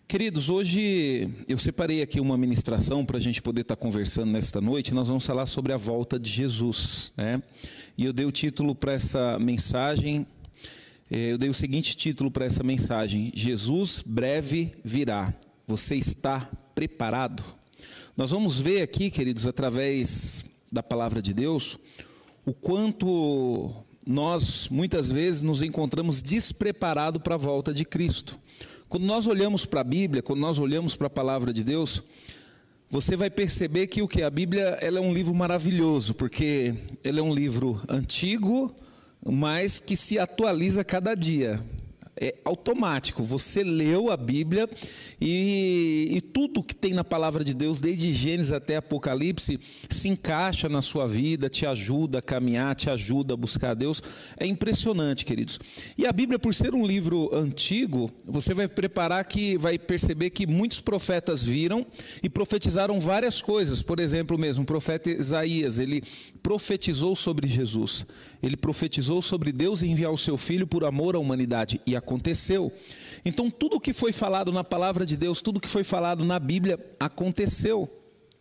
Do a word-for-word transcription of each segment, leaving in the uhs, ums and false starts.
Queridos, hoje eu separei aqui uma ministração para a gente poder estar conversando nesta noite. Nós vamos falar sobre a volta de Jesus, né? E eu dei o título para essa mensagem, eu dei o seguinte título para essa mensagem: Jesus breve virá. Você está preparado? Nós vamos ver aqui, queridos, através da palavra de Deus, o quanto nós muitas vezes nos encontramos despreparados para a volta de Cristo. Quando nós olhamos para a Bíblia, quando nós olhamos para a palavra de Deus, você vai perceber que o que a Bíblia, ela é um livro maravilhoso, porque ela é um livro antigo, mas que se atualiza cada dia. É automático, você leu a Bíblia e, e tudo que tem na palavra de Deus, desde Gênesis até Apocalipse, se encaixa na sua vida, te ajuda a caminhar, te ajuda a buscar a Deus. É impressionante, queridos. E a Bíblia, por ser um livro antigo, você vai preparar que vai perceber que muitos profetas viram e profetizaram várias coisas. Por exemplo, mesmo o profeta Isaías, ele profetizou sobre Jesus. Ele profetizou sobre Deus enviar o seu filho por amor à humanidade, e aconteceu. Então tudo que foi falado na palavra de Deus, tudo que foi falado na Bíblia, aconteceu.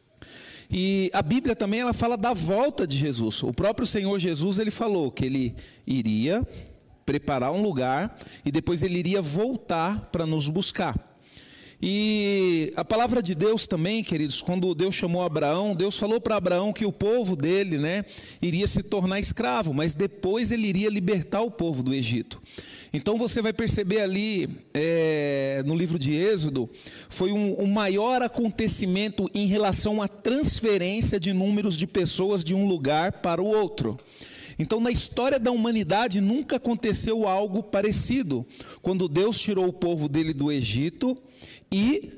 E a Bíblia também, ela fala da volta de Jesus. O próprio Senhor Jesus, ele falou que ele iria preparar um lugar e depois ele iria voltar para nos buscar. E a palavra de Deus também, queridos, quando Deus chamou Abraão, Deus falou para Abraão que o povo dele, né, iria se tornar escravo, mas depois ele iria libertar o povo do Egito. Então você vai perceber ali, é, no livro de Êxodo, foi um, um maior acontecimento em relação à transferência de números de pessoas de um lugar para o outro. Então, na história da humanidade, nunca aconteceu algo parecido. Quando Deus tirou o povo dele do Egito e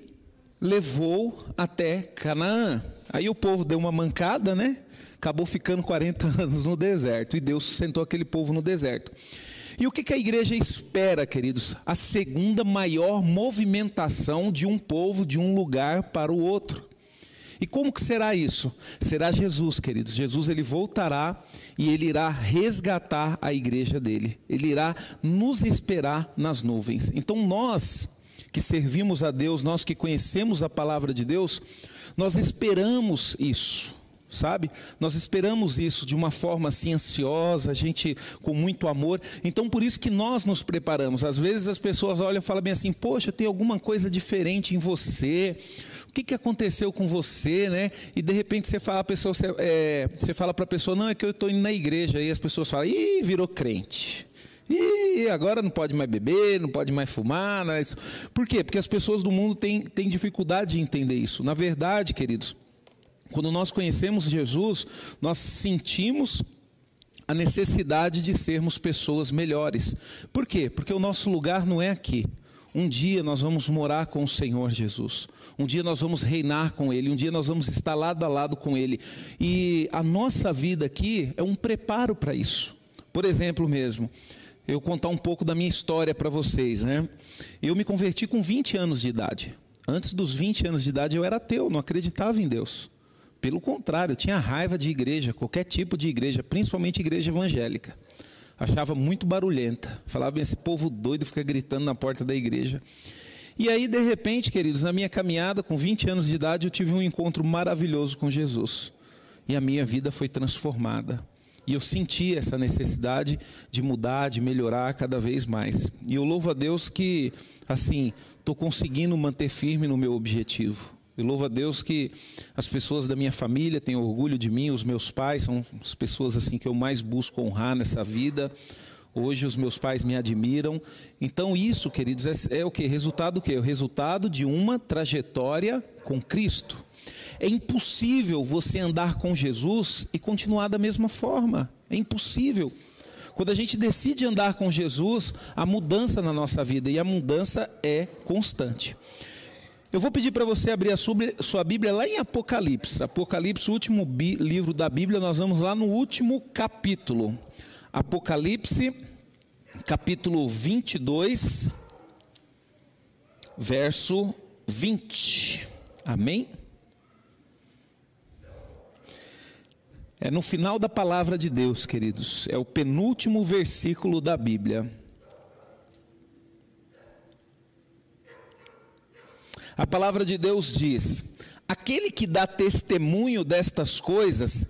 levou até Canaã. Aí o povo deu uma mancada, né? Acabou ficando quarenta anos no deserto. E Deus sustentou aquele povo no deserto. E o que que a igreja espera, queridos? A segunda maior movimentação de um povo de um lugar para o outro. E como que será isso? Será Jesus, queridos. Jesus, ele voltará e ele irá resgatar a igreja dele. Ele irá nos esperar nas nuvens. Então nós que servimos a Deus, nós que conhecemos a palavra de Deus, nós esperamos isso, sabe? Nós esperamos isso de uma forma assim ansiosa, a gente com muito amor. Então por isso que nós nos preparamos. Às vezes as pessoas olham e falam bem assim: poxa, tem alguma coisa diferente em você. O que, que aconteceu com você, né? E de repente você fala, a pessoa, você, é, você fala para a pessoa: não, é que eu estou indo na igreja. E as pessoas falam: ih, virou crente. Ih, agora não pode mais beber, não pode mais fumar. Não é isso. Por quê? Porque as pessoas do mundo têm, têm dificuldade de entender isso. Na verdade, queridos, quando nós conhecemos Jesus, nós sentimos a necessidade de sermos pessoas melhores. Por quê? Porque o nosso lugar não é aqui. Um dia nós vamos morar com o Senhor Jesus. Um dia nós vamos reinar com Ele. Um dia nós vamos estar lado a lado com Ele. E a nossa vida aqui é um preparo para isso. Por exemplo mesmo, eu contar um pouco da minha história para vocês, né? Eu me converti com vinte anos de idade. Antes dos vinte anos de idade eu era ateu, não acreditava em Deus. Pelo contrário, eu tinha raiva de igreja, qualquer tipo de igreja, principalmente igreja evangélica. Achava muito barulhenta. Falava bem, esse povo doido fica gritando na porta da igreja. E aí, de repente, queridos, na minha caminhada, com vinte anos de idade, eu tive um encontro maravilhoso com Jesus. E a minha vida foi transformada. E eu senti essa necessidade de mudar, de melhorar cada vez mais. E eu louvo a Deus que, assim, estou conseguindo manter firme no meu objetivo. Eu louvo a Deus que as pessoas da minha família têm orgulho de mim, os meus pais são as pessoas assim que eu mais busco honrar nessa vida. Hoje os meus pais me admiram. Então isso, queridos, é, é o que? Resultado do quê? O resultado de uma trajetória com Cristo. É impossível você andar com Jesus e continuar da mesma forma. É impossível. Quando a gente decide andar com Jesus, há mudança na nossa vida e a mudança é constante. Eu vou pedir para você abrir a sua Bíblia lá em Apocalipse. Apocalipse, o último livro da Bíblia, nós vamos lá no último capítulo. Apocalipse, capítulo vinte e dois, verso vinte. Amém? É no final da palavra de Deus, queridos. É o penúltimo versículo da Bíblia. A palavra de Deus diz: aquele que dá testemunho destas coisas,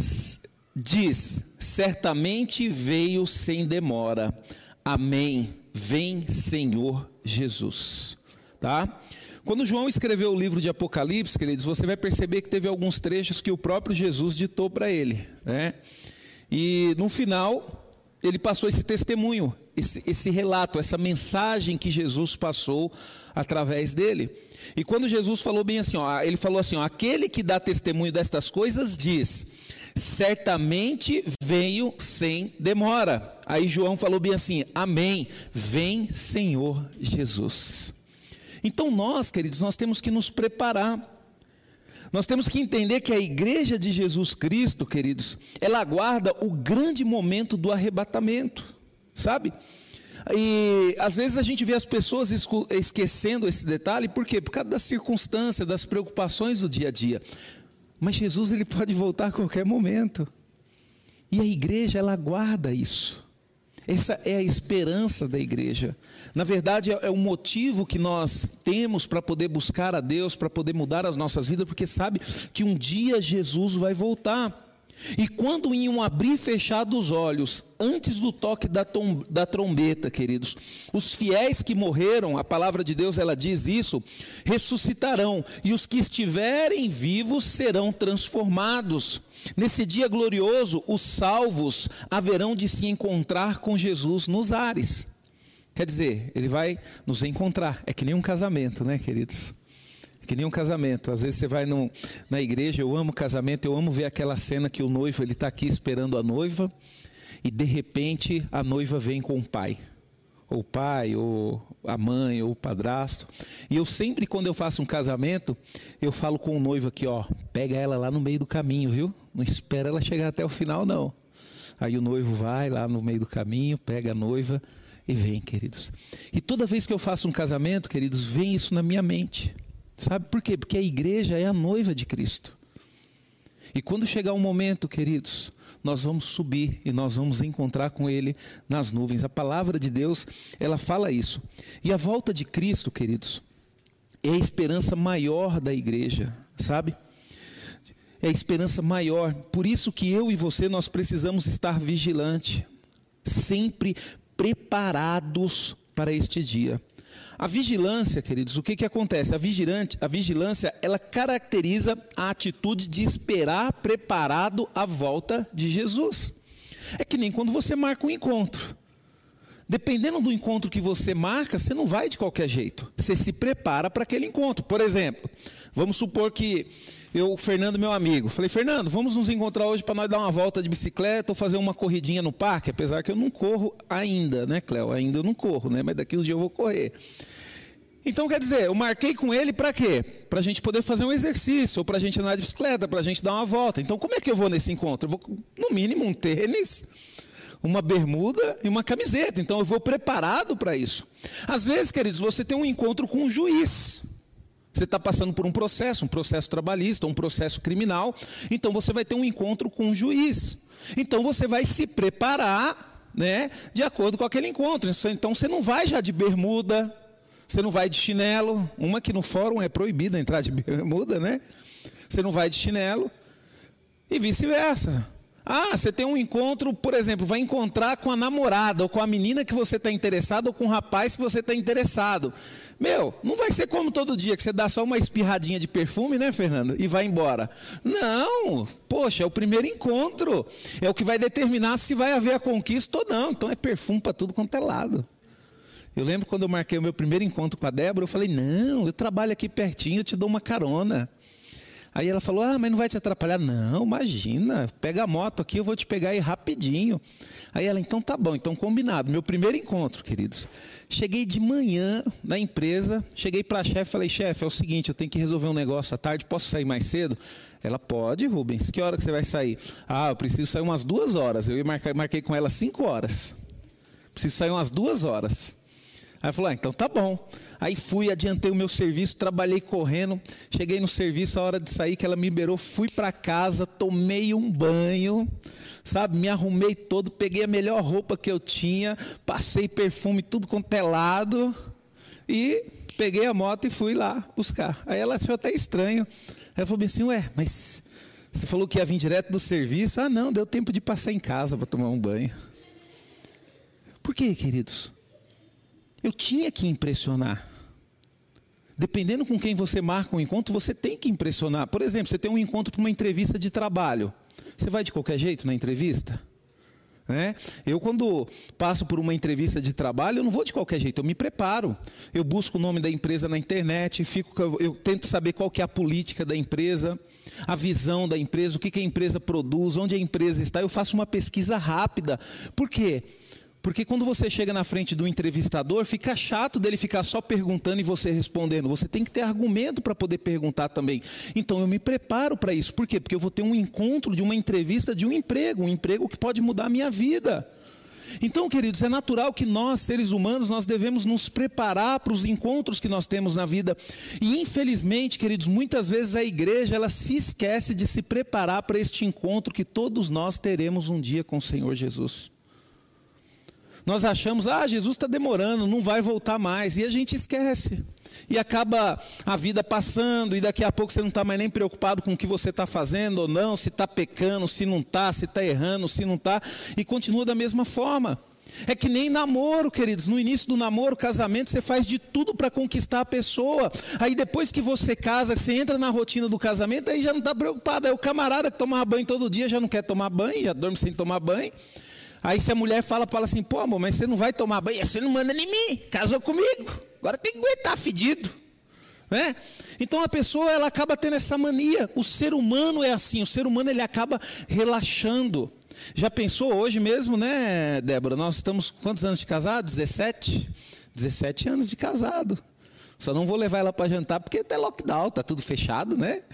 diz, certamente veio sem demora. Amém. Vem, Senhor Jesus. Tá? Quando João escreveu o livro de Apocalipse, queridos, você vai perceber que teve alguns trechos que o próprio Jesus ditou para ele, né? E no final, ele passou esse testemunho, esse, esse relato, essa mensagem que Jesus passou através dele. E quando Jesus falou bem assim, ó, ele falou assim, ó, aquele que dá testemunho destas coisas diz, certamente veio sem demora. Aí João falou bem assim, amém, vem Senhor Jesus. Então nós, queridos, nós temos que nos preparar. Nós temos que entender que a igreja de Jesus Cristo, queridos, ela aguarda o grande momento do arrebatamento, sabe? E às vezes a gente vê as pessoas esquecendo esse detalhe, por quê? Por causa das circunstâncias, das preocupações do dia a dia. Mas Jesus, ele pode voltar a qualquer momento. E a igreja, ela aguarda isso. Essa é a esperança da igreja. Na verdade, é o motivo que nós temos para poder buscar a Deus, para poder mudar as nossas vidas, porque sabe que um dia Jesus vai voltar. E quando em um abrir e fechar dos olhos, antes do toque da, tom, da trombeta, queridos, os fiéis que morreram, a palavra de Deus, ela diz isso, ressuscitarão, e os que estiverem vivos serão transformados. Nesse dia glorioso, os salvos haverão de se encontrar com Jesus nos ares. Quer dizer, ele vai nos encontrar. É que nem um casamento, né, queridos? É que nem um casamento. Às vezes você vai no, na igreja, eu amo casamento, eu amo ver aquela cena que o noivo, ele está aqui esperando a noiva, e de repente a noiva vem com o pai. Ou o pai, ou a mãe, ou o padrasto. E eu sempre, quando eu faço um casamento, eu falo com o noivo aqui, ó, pega ela lá no meio do caminho, viu? Não espera ela chegar até o final, não. Aí o noivo vai lá no meio do caminho, pega a noiva e vem, queridos. E toda vez que eu faço um casamento, queridos, vem isso na minha mente. Sabe por quê? Porque a igreja é a noiva de Cristo. E quando chegar um momento, queridos, nós vamos subir e nós vamos encontrar com Ele nas nuvens. A palavra de Deus, ela fala isso. E a volta de Cristo, queridos, é a esperança maior da igreja, sabe? É a esperança maior. Por isso que eu e você, nós precisamos estar vigilantes, sempre preparados para este dia. A vigilância, queridos, o que que acontece? A, vigilante, a vigilância, ela caracteriza a atitude de esperar preparado a volta de Jesus. É que nem quando você marca um encontro. Dependendo do encontro que você marca, você não vai de qualquer jeito. Você se prepara para aquele encontro. Por exemplo, vamos supor que eu, Fernando, meu amigo, falei, Fernando, vamos nos encontrar hoje para nós dar uma volta de bicicleta ou fazer uma corridinha no parque, apesar que eu não corro ainda, né, Cléo? Ainda eu não corro, né? Mas daqui uns dias eu vou correr. Então, quer dizer, eu marquei com ele para quê? Para a gente poder fazer um exercício, ou para a gente andar de bicicleta, para a gente dar uma volta. Então, como é que eu vou nesse encontro? Eu vou, no mínimo, um tênis, uma bermuda e uma camiseta. Então, eu vou preparado para isso. Às vezes, queridos, você tem um encontro com um juiz. Você está passando por um processo, um processo trabalhista, um processo criminal. Então, você vai ter um encontro com um juiz. Então, você vai se preparar, né, de acordo com aquele encontro. Então, você não vai já de bermuda, você não vai de chinelo. Uma que no fórum é proibida entrar de bermuda, né? Você não vai de chinelo e vice-versa. Ah, você tem um encontro, por exemplo, vai encontrar com a namorada, ou com a menina que você está interessado, ou com o rapaz que você está interessado. Meu, não vai ser como todo dia, que você dá só uma espirradinha de perfume, né, Fernando? E vai embora. Não, poxa, é o primeiro encontro. É o que vai determinar se vai haver a conquista ou não. Então é perfume para tudo quanto é lado. Eu lembro quando eu marquei o meu primeiro encontro com a Débora, eu falei, não, eu trabalho aqui pertinho, eu te dou uma carona. Aí ela falou, ah, mas não vai te atrapalhar? Não, imagina, pega a moto aqui, eu vou te pegar aí rapidinho. Aí ela, então tá bom, então combinado. Meu primeiro encontro, queridos. Cheguei de manhã na empresa, cheguei para a chefe, falei, chefe, é o seguinte, eu tenho que resolver um negócio à tarde, posso sair mais cedo? Ela, pode, Rubens, que hora que você vai sair? Ah, eu preciso sair umas duas horas. Eu marquei, marquei com ela cinco horas. Preciso sair umas duas horas. Aí eu falei, ah, então tá bom. Aí fui, adiantei o meu serviço, trabalhei correndo, cheguei no serviço, a hora de sair que ela me liberou, fui para casa, tomei um banho, sabe, me arrumei todo, peguei a melhor roupa que eu tinha, passei perfume tudo quanto é lado e Peguei a moto e fui lá buscar. Aí ela achou até estranho. Aí ela falou assim, ué, mas você falou que ia vir direto do serviço? Ah, não, deu tempo de passar em casa para tomar um banho. Por quê, queridos? Eu tinha que impressionar. Dependendo com quem você marca um encontro, você tem que impressionar. Por exemplo, você tem um encontro para uma entrevista de trabalho. Você vai de qualquer jeito na entrevista? É? Eu quando passo por uma entrevista de trabalho, eu não vou de qualquer jeito, eu me preparo. Eu busco o nome da empresa na internet, fico, eu tento saber qual que é a política da empresa, a visão da empresa, o que, que a empresa produz, onde a empresa está. Eu faço uma pesquisa rápida. Por quê? Porque quando você chega na frente do entrevistador, fica chato dele ficar só perguntando e você respondendo. Você tem que ter argumento para poder perguntar também. Então eu me preparo para isso. Por quê? Porque eu vou ter um encontro de uma entrevista de um emprego, um emprego que pode mudar a minha vida. Então, queridos, é natural que nós, seres humanos, nós devemos nos preparar para os encontros que nós temos na vida. E infelizmente, queridos, muitas vezes a igreja, ela se esquece de se preparar para este encontro que todos nós teremos um dia com o Senhor Jesus. Nós achamos, ah, Jesus está demorando, não vai voltar mais, e a gente esquece. E acaba a vida passando, e daqui a pouco você não está mais nem preocupado com o que você está fazendo ou não, se está pecando, se não está, se está errando, se não está, e continua da mesma forma. É que nem namoro, queridos, no início do namoro, casamento, você faz de tudo para conquistar a pessoa. Aí depois que você casa, você entra na rotina do casamento, aí já não está preocupado. Aí o camarada que tomava banho todo dia já não quer tomar banho, já dorme sem tomar banho. Aí se a mulher fala para ela assim, pô amor, mas você não vai tomar banho, você não manda em mim, casou comigo, agora tem que aguentar fedido. Né? Então a pessoa ela acaba tendo essa mania, o ser humano é assim, o ser humano ele acaba relaxando. Já pensou hoje mesmo, né, Débora, nós estamos quantos anos de casado? dezessete? dezessete anos de casado. Só não vou levar ela para jantar porque até lockdown, está tudo fechado, né?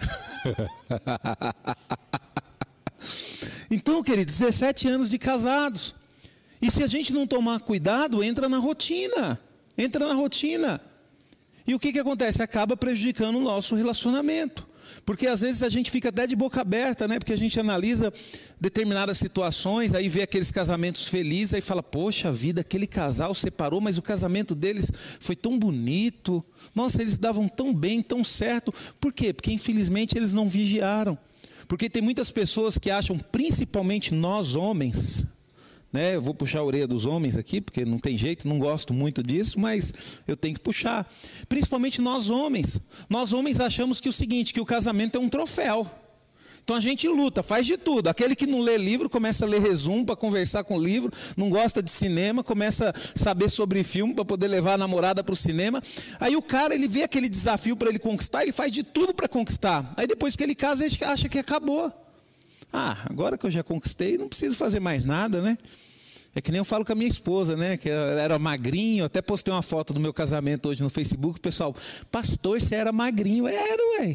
Então, queridos, dezessete anos de casados. E se a gente não tomar cuidado, entra na rotina. Entra na rotina. E o que, que acontece? Acaba prejudicando o nosso relacionamento. Porque às vezes a gente fica até de boca aberta, né? Porque a gente analisa determinadas situações, aí vê aqueles casamentos felizes, aí fala, poxa vida, aquele casal separou, mas o casamento deles foi tão bonito. Nossa, eles davam tão bem, tão certo. Por quê? Porque infelizmente eles não vigiaram. Porque tem muitas pessoas que acham, principalmente nós homens, né? Eu vou puxar a orelha dos homens aqui, porque não tem jeito, não gosto muito disso, mas eu tenho que puxar. Principalmente nós homens. Nós homens achamos que o seguinte, que o casamento é um troféu. Então a gente luta, faz de tudo. Aquele que não lê livro, começa a ler resumo para conversar com o livro, não gosta de cinema, começa a saber sobre filme para poder levar a namorada para o cinema. Aí o cara, ele vê aquele desafio para ele conquistar, ele faz de tudo para conquistar. Aí depois que ele casa, ele acha que acabou. Ah, agora que eu já conquistei, não preciso fazer mais nada, né? É que nem eu falo com a minha esposa, né? Que ela era magrinho, até postei uma foto do meu casamento hoje no Facebook, o pessoal, pastor, você era magrinho. Era, ué.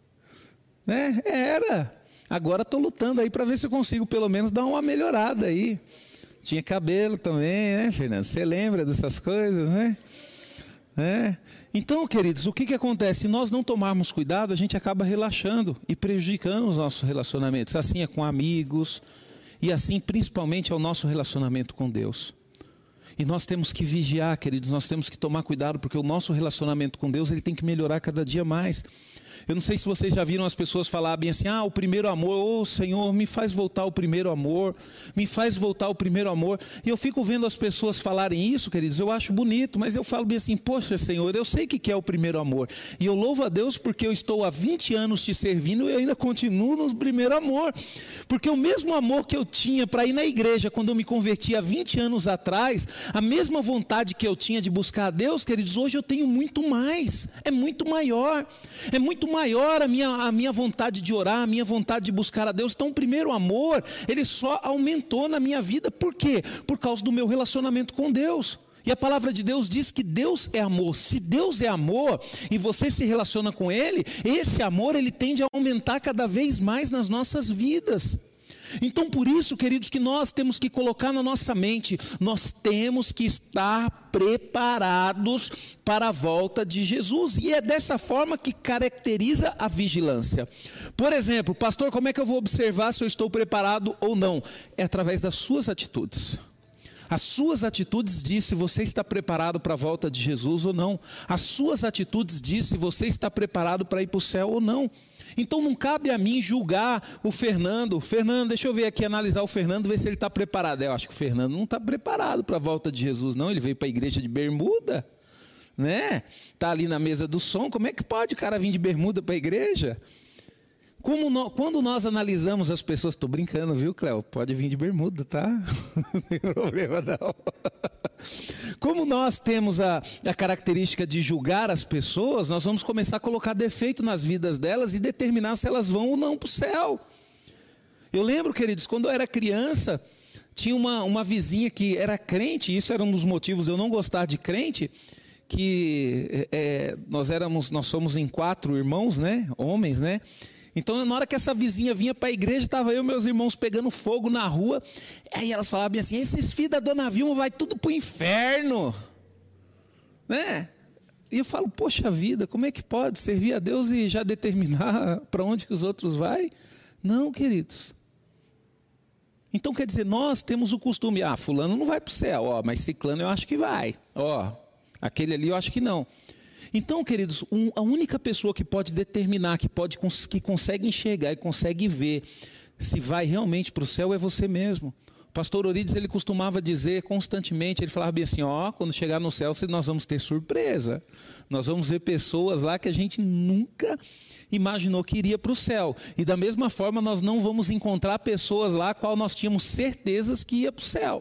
Né? Era. Agora estou lutando aí para ver se eu consigo pelo menos dar uma melhorada aí. Tinha cabelo também, né, Fernando? Você lembra dessas coisas, né? É. Então, queridos, o que, que acontece? Se nós não tomarmos cuidado, a gente acaba relaxando e prejudicando os nossos relacionamentos. Assim é com amigos e assim principalmente é o nosso relacionamento com Deus. E nós temos que vigiar, queridos, nós temos que tomar cuidado, porque o nosso relacionamento com Deus ele tem que melhorar cada dia mais. Eu não sei se vocês já viram as pessoas falarem assim, ah, o primeiro amor, ô Senhor, me faz voltar o primeiro amor, me faz voltar o primeiro amor. E eu fico vendo as pessoas falarem isso, queridos, eu acho bonito, mas eu falo bem assim, poxa Senhor, eu sei que é o primeiro amor. E eu louvo a Deus porque eu estou há vinte anos te servindo e eu ainda continuo no primeiro amor. Porque o mesmo amor que eu tinha para ir na igreja quando eu me converti há vinte anos atrás, a mesma vontade que eu tinha de buscar a Deus, queridos, hoje eu tenho muito mais, é muito maior, é muito maior a minha, a minha vontade de orar, a minha vontade de buscar a Deus. Então o primeiro amor, ele só aumentou na minha vida. Por quê? Por causa do meu relacionamento com Deus. E a palavra de Deus diz que Deus é amor. Se Deus é amor e você se relaciona com Ele, esse amor ele tende a aumentar cada vez mais nas nossas vidas. Então por isso, queridos, que nós temos que colocar na nossa mente, nós temos que estar preparados para a volta de Jesus, e é dessa forma que caracteriza a vigilância. Por exemplo, pastor, como é que eu vou observar se eu estou preparado ou não? É através das suas atitudes. As suas atitudes dizem se você está preparado para a volta de Jesus ou não. As suas atitudes dizem se você está preparado para ir para o céu ou não. Então não cabe a mim julgar o Fernando. Fernando, deixa eu ver aqui, analisar o Fernando, ver se ele está preparado. Eu acho que o Fernando não está preparado para a volta de Jesus, não. Ele veio para a igreja de bermuda, né? Está ali na mesa do som. Como é que pode o cara vir de bermuda para a igreja? Como no, quando nós analisamos as pessoas, estou brincando, viu, Cléo? Pode vir de bermuda, tá? Não tem problema, não. Como nós temos a, a característica de julgar as pessoas, nós vamos começar a colocar defeito nas vidas delas e determinar se elas vão ou não para o céu. Eu lembro, queridos, quando eu era criança, tinha uma, uma vizinha que era crente, e isso era um dos motivos de eu não gostar de crente, que é, nós éramos, nós somos em quatro irmãos, né? Homens, né? Então, na hora que essa vizinha vinha para a igreja, estava eu e meus irmãos pegando fogo na rua. Aí elas falavam bem assim, esses filhos da dona Vilma vai tudo para o inferno. Né? E eu falo, poxa vida, como é que pode servir a Deus e já determinar para onde que os outros vão? Não, queridos. Então, quer dizer, nós temos o costume, ah, fulano não vai para o céu, ó, mas ciclano eu acho que vai. Ó, aquele ali eu acho que não. Então, queridos, um, a única pessoa que pode determinar, que, pode, que consegue enxergar e consegue ver se vai realmente para o céu é você mesmo. O pastor Orides, ele costumava dizer constantemente, ele falava bem assim, ó, quando chegar no céu nós vamos ter surpresa. Nós vamos ver pessoas lá que a gente nunca imaginou que iria para o céu. E da mesma forma nós não vamos encontrar pessoas lá qual nós tínhamos certezas que ia para o céu.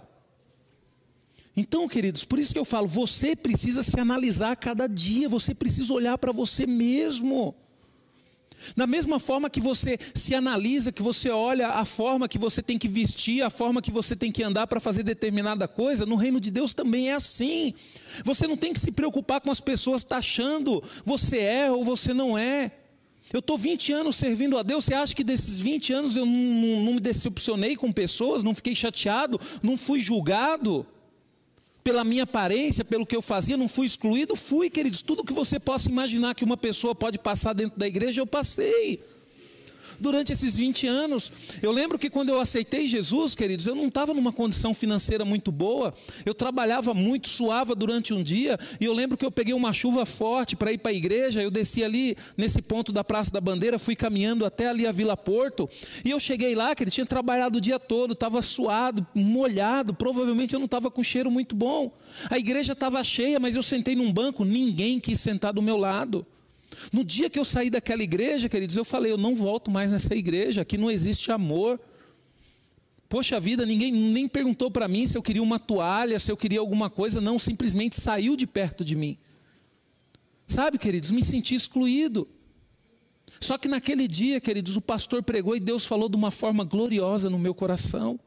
Então, queridos, por isso que eu falo, você precisa se analisar a cada dia, você precisa olhar para você mesmo. Da mesma forma que você se analisa, que você olha a forma que você tem que vestir, a forma que você tem que andar para fazer determinada coisa, no reino de Deus também é assim. Você não tem que se preocupar com as pessoas taxando, você é ou você não é. Eu estou vinte anos servindo a Deus, você acha que desses vinte anos eu não, não, não me decepcionei com pessoas, não fiquei chateado, não fui julgado? Pela minha aparência, pelo que eu fazia, não fui excluído? Fui, queridos. Tudo que você possa imaginar que uma pessoa pode passar dentro da igreja, eu passei. Durante esses vinte anos, eu lembro que quando eu aceitei Jesus, queridos, eu não estava numa condição financeira muito boa, eu trabalhava muito, suava durante um dia, e eu lembro que eu peguei uma chuva forte para ir para a igreja, eu desci ali nesse ponto da Praça da Bandeira, fui caminhando até ali a Vila Porto, e eu cheguei lá, que ele tinha trabalhado o dia todo, estava suado, molhado, provavelmente eu não estava com cheiro muito bom, a igreja estava cheia, mas eu sentei num banco, ninguém quis sentar do meu lado. No dia que eu saí daquela igreja, queridos, eu falei, eu não volto mais nessa igreja, aqui não existe amor. Poxa vida, ninguém nem perguntou para mim se eu queria uma toalha, se eu queria alguma coisa, não, simplesmente saiu de perto de mim. Sabe, queridos, me senti excluído. Só que naquele dia, queridos, o pastor pregou e Deus falou de uma forma gloriosa no meu coração.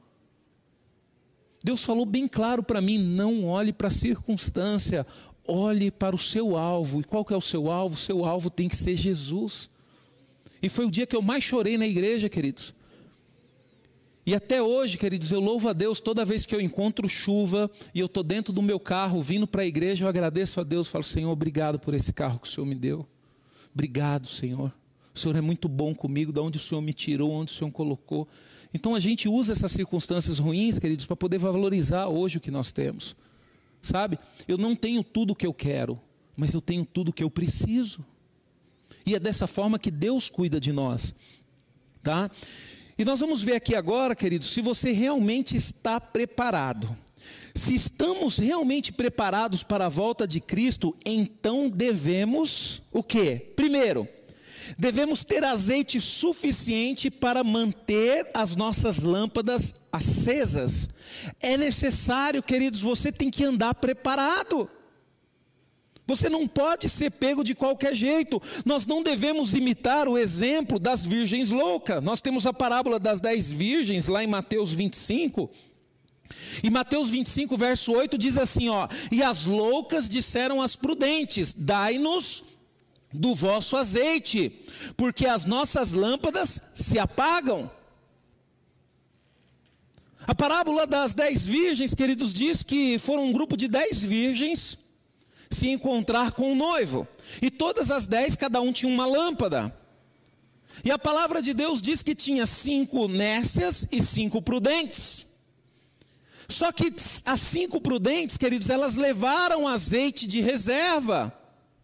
Deus falou bem claro para mim, não olhe para a circunstância, olhe para o seu alvo. E qual que é o seu alvo? O seu alvo tem que ser Jesus. E foi o dia que eu mais chorei na igreja, queridos. E até hoje, queridos, eu louvo a Deus toda vez que eu encontro chuva e eu estou dentro do meu carro, vindo para a igreja, eu agradeço a Deus, falo, Senhor, obrigado por esse carro que o Senhor me deu. Obrigado, Senhor. O Senhor é muito bom comigo, de onde o Senhor me tirou, onde o Senhor colocou. Então a gente usa essas circunstâncias ruins, queridos, para poder valorizar hoje o que nós temos. Sabe, eu não tenho tudo o que eu quero, mas eu tenho tudo o que eu preciso. E é dessa forma que Deus cuida de nós, tá? E nós vamos ver aqui agora, queridos, se você realmente está preparado. Se estamos realmente preparados para a volta de Cristo, então devemos o quê? Primeiro, devemos ter azeite suficiente para manter as nossas lâmpadas acesas. É necessário, queridos, você tem que andar preparado. Você não pode ser pego de qualquer jeito. Nós não devemos imitar o exemplo das virgens loucas. Nós temos a parábola das dez virgens lá em Mateus vinte e cinco. E Mateus vinte e cinco, verso oito diz assim, ó: e as loucas disseram às prudentes, dai-nos do vosso azeite, porque as nossas lâmpadas se apagam. A parábola das dez virgens, queridos, diz que foram um grupo de dez virgens se encontrar com o noivo, e todas as dez, cada um tinha uma lâmpada, e a palavra de Deus diz que tinha cinco nécias e cinco prudentes. Só que as cinco prudentes, queridos, elas levaram azeite de reserva.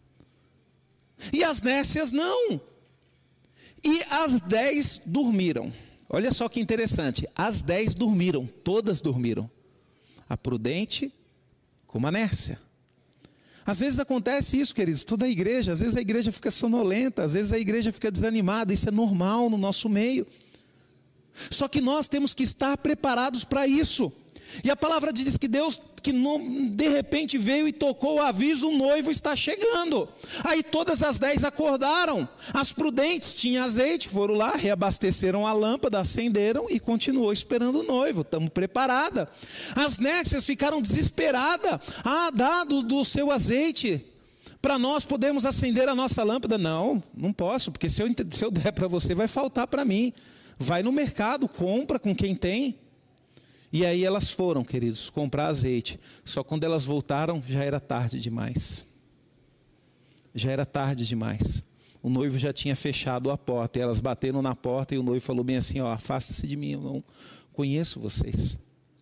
E as nécias não. E as dez dormiram. Olha só que interessante. As dez dormiram, todas dormiram. A prudente como a nécia. Às vezes acontece isso, queridos, toda a igreja. Às vezes a igreja fica sonolenta, às vezes a igreja fica desanimada. Isso é normal no nosso meio. Só que nós temos que estar preparados para isso. E a palavra diz que Deus, que não, de repente veio e tocou o aviso, o noivo está chegando. Aí todas as dez acordaram. As prudentes tinham azeite, foram lá, reabasteceram a lâmpada, acenderam e continuou esperando o noivo. Estamos preparadas. As nécias ficaram desesperadas. Ah, dá do, do seu azeite para nós podermos acender a nossa lâmpada. Não, não posso, porque se eu, se eu der para você, vai faltar para mim. Vai no mercado, compra com quem tem. E aí elas foram, queridos, comprar azeite. Só quando elas voltaram, já era tarde demais. Já era tarde demais. O noivo já tinha fechado a porta. E elas bateram na porta e o noivo falou bem assim, ó, afasta-se de mim, eu não conheço vocês.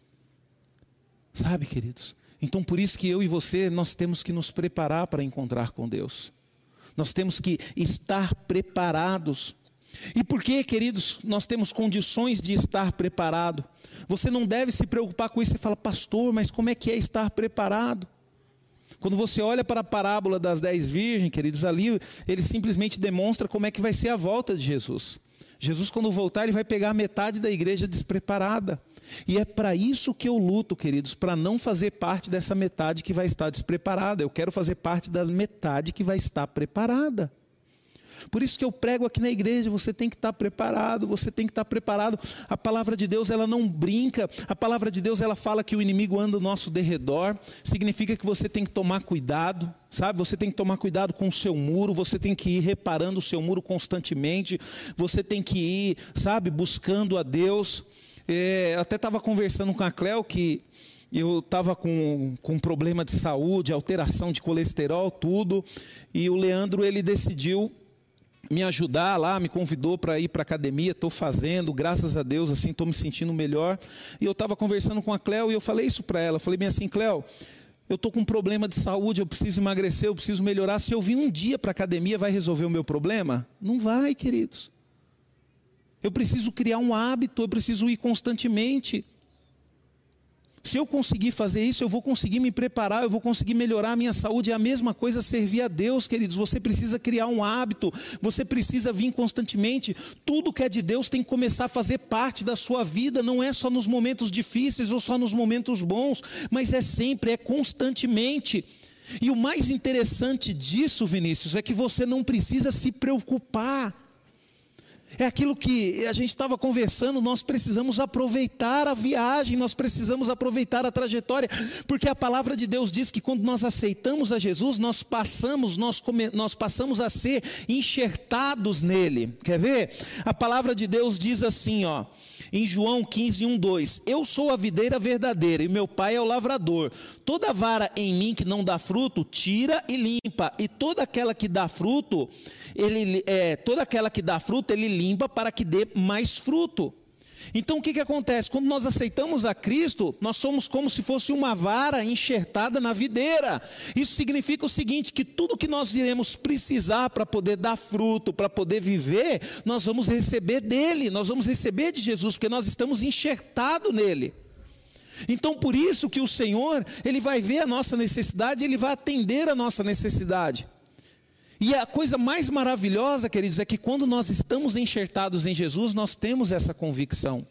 Sabe, queridos? Então por isso que eu e você, nós temos que nos preparar para encontrar com Deus. Nós temos que estar preparados. E por que, queridos, nós temos condições de estar preparado? Você não deve se preocupar com isso. Você fala, pastor, mas como é que é estar preparado? Quando você olha para a parábola das dez virgens, queridos, ali ele simplesmente demonstra como é que vai ser a volta de Jesus. Jesus, quando voltar, ele vai pegar a metade da igreja despreparada. E é para isso que eu luto, queridos, para não fazer parte dessa metade que vai estar despreparada. Eu quero fazer parte da metade que vai estar preparada. Por isso que eu prego aqui na igreja, você tem que estar preparado, você tem que estar preparado. A palavra de Deus, ela não brinca. A palavra de Deus, ela fala que o inimigo anda ao nosso derredor. Significa que você tem que tomar cuidado, sabe? Você tem que tomar cuidado com o seu muro, você tem que ir reparando o seu muro constantemente. Você tem que ir, sabe, buscando a Deus. É, eu até estava conversando com a Cléo que eu estava com, com problema de saúde, alteração de colesterol, tudo. E o Leandro, ele decidiu me ajudar lá, me convidou para ir para a academia, estou fazendo, graças a Deus, assim, estou me sentindo melhor. E eu estava conversando com a Cléo e eu falei isso para ela, falei bem assim, Cléo, eu estou com um problema de saúde, eu preciso emagrecer, eu preciso melhorar. Se eu vir um dia para a academia, vai resolver o meu problema? Não vai, queridos. Eu preciso criar um hábito, eu preciso ir constantemente. Se eu conseguir fazer isso, eu vou conseguir me preparar, eu vou conseguir melhorar a minha saúde. É a mesma coisa servir a Deus, queridos. Você precisa criar um hábito, você precisa vir constantemente. Tudo que é de Deus tem que começar a fazer parte da sua vida. Não é só nos momentos difíceis ou só nos momentos bons, mas é sempre, é constantemente. E o mais interessante disso, Vinícius, é que você não precisa se preocupar. É aquilo que a gente estava conversando, nós precisamos aproveitar a viagem, nós precisamos aproveitar a trajetória, porque a palavra de Deus diz que quando nós aceitamos a Jesus, nós passamos, nós, come, nós passamos a ser enxertados nele. Quer ver? A palavra de Deus diz assim, ó, em João quinze, um, dois, eu sou a videira verdadeira e meu pai é o lavrador. Toda vara em mim que não dá fruto, tira e limpa, e toda aquela que dá fruto, ele, é, toda aquela que dá fruto, ele limpa para que dê mais fruto. Então o que, que acontece? Quando nós aceitamos a Cristo, nós somos como se fosse uma vara enxertada na videira. Isso significa o seguinte, que tudo que nós iremos precisar para poder dar fruto, para poder viver, nós vamos receber dele, nós vamos receber de Jesus, porque nós estamos enxertados nele. Então por isso que o Senhor, ele vai ver a nossa necessidade, ele vai atender a nossa necessidade. E a coisa mais maravilhosa, queridos, é que quando nós estamos enxertados em Jesus, nós temos essa convicção.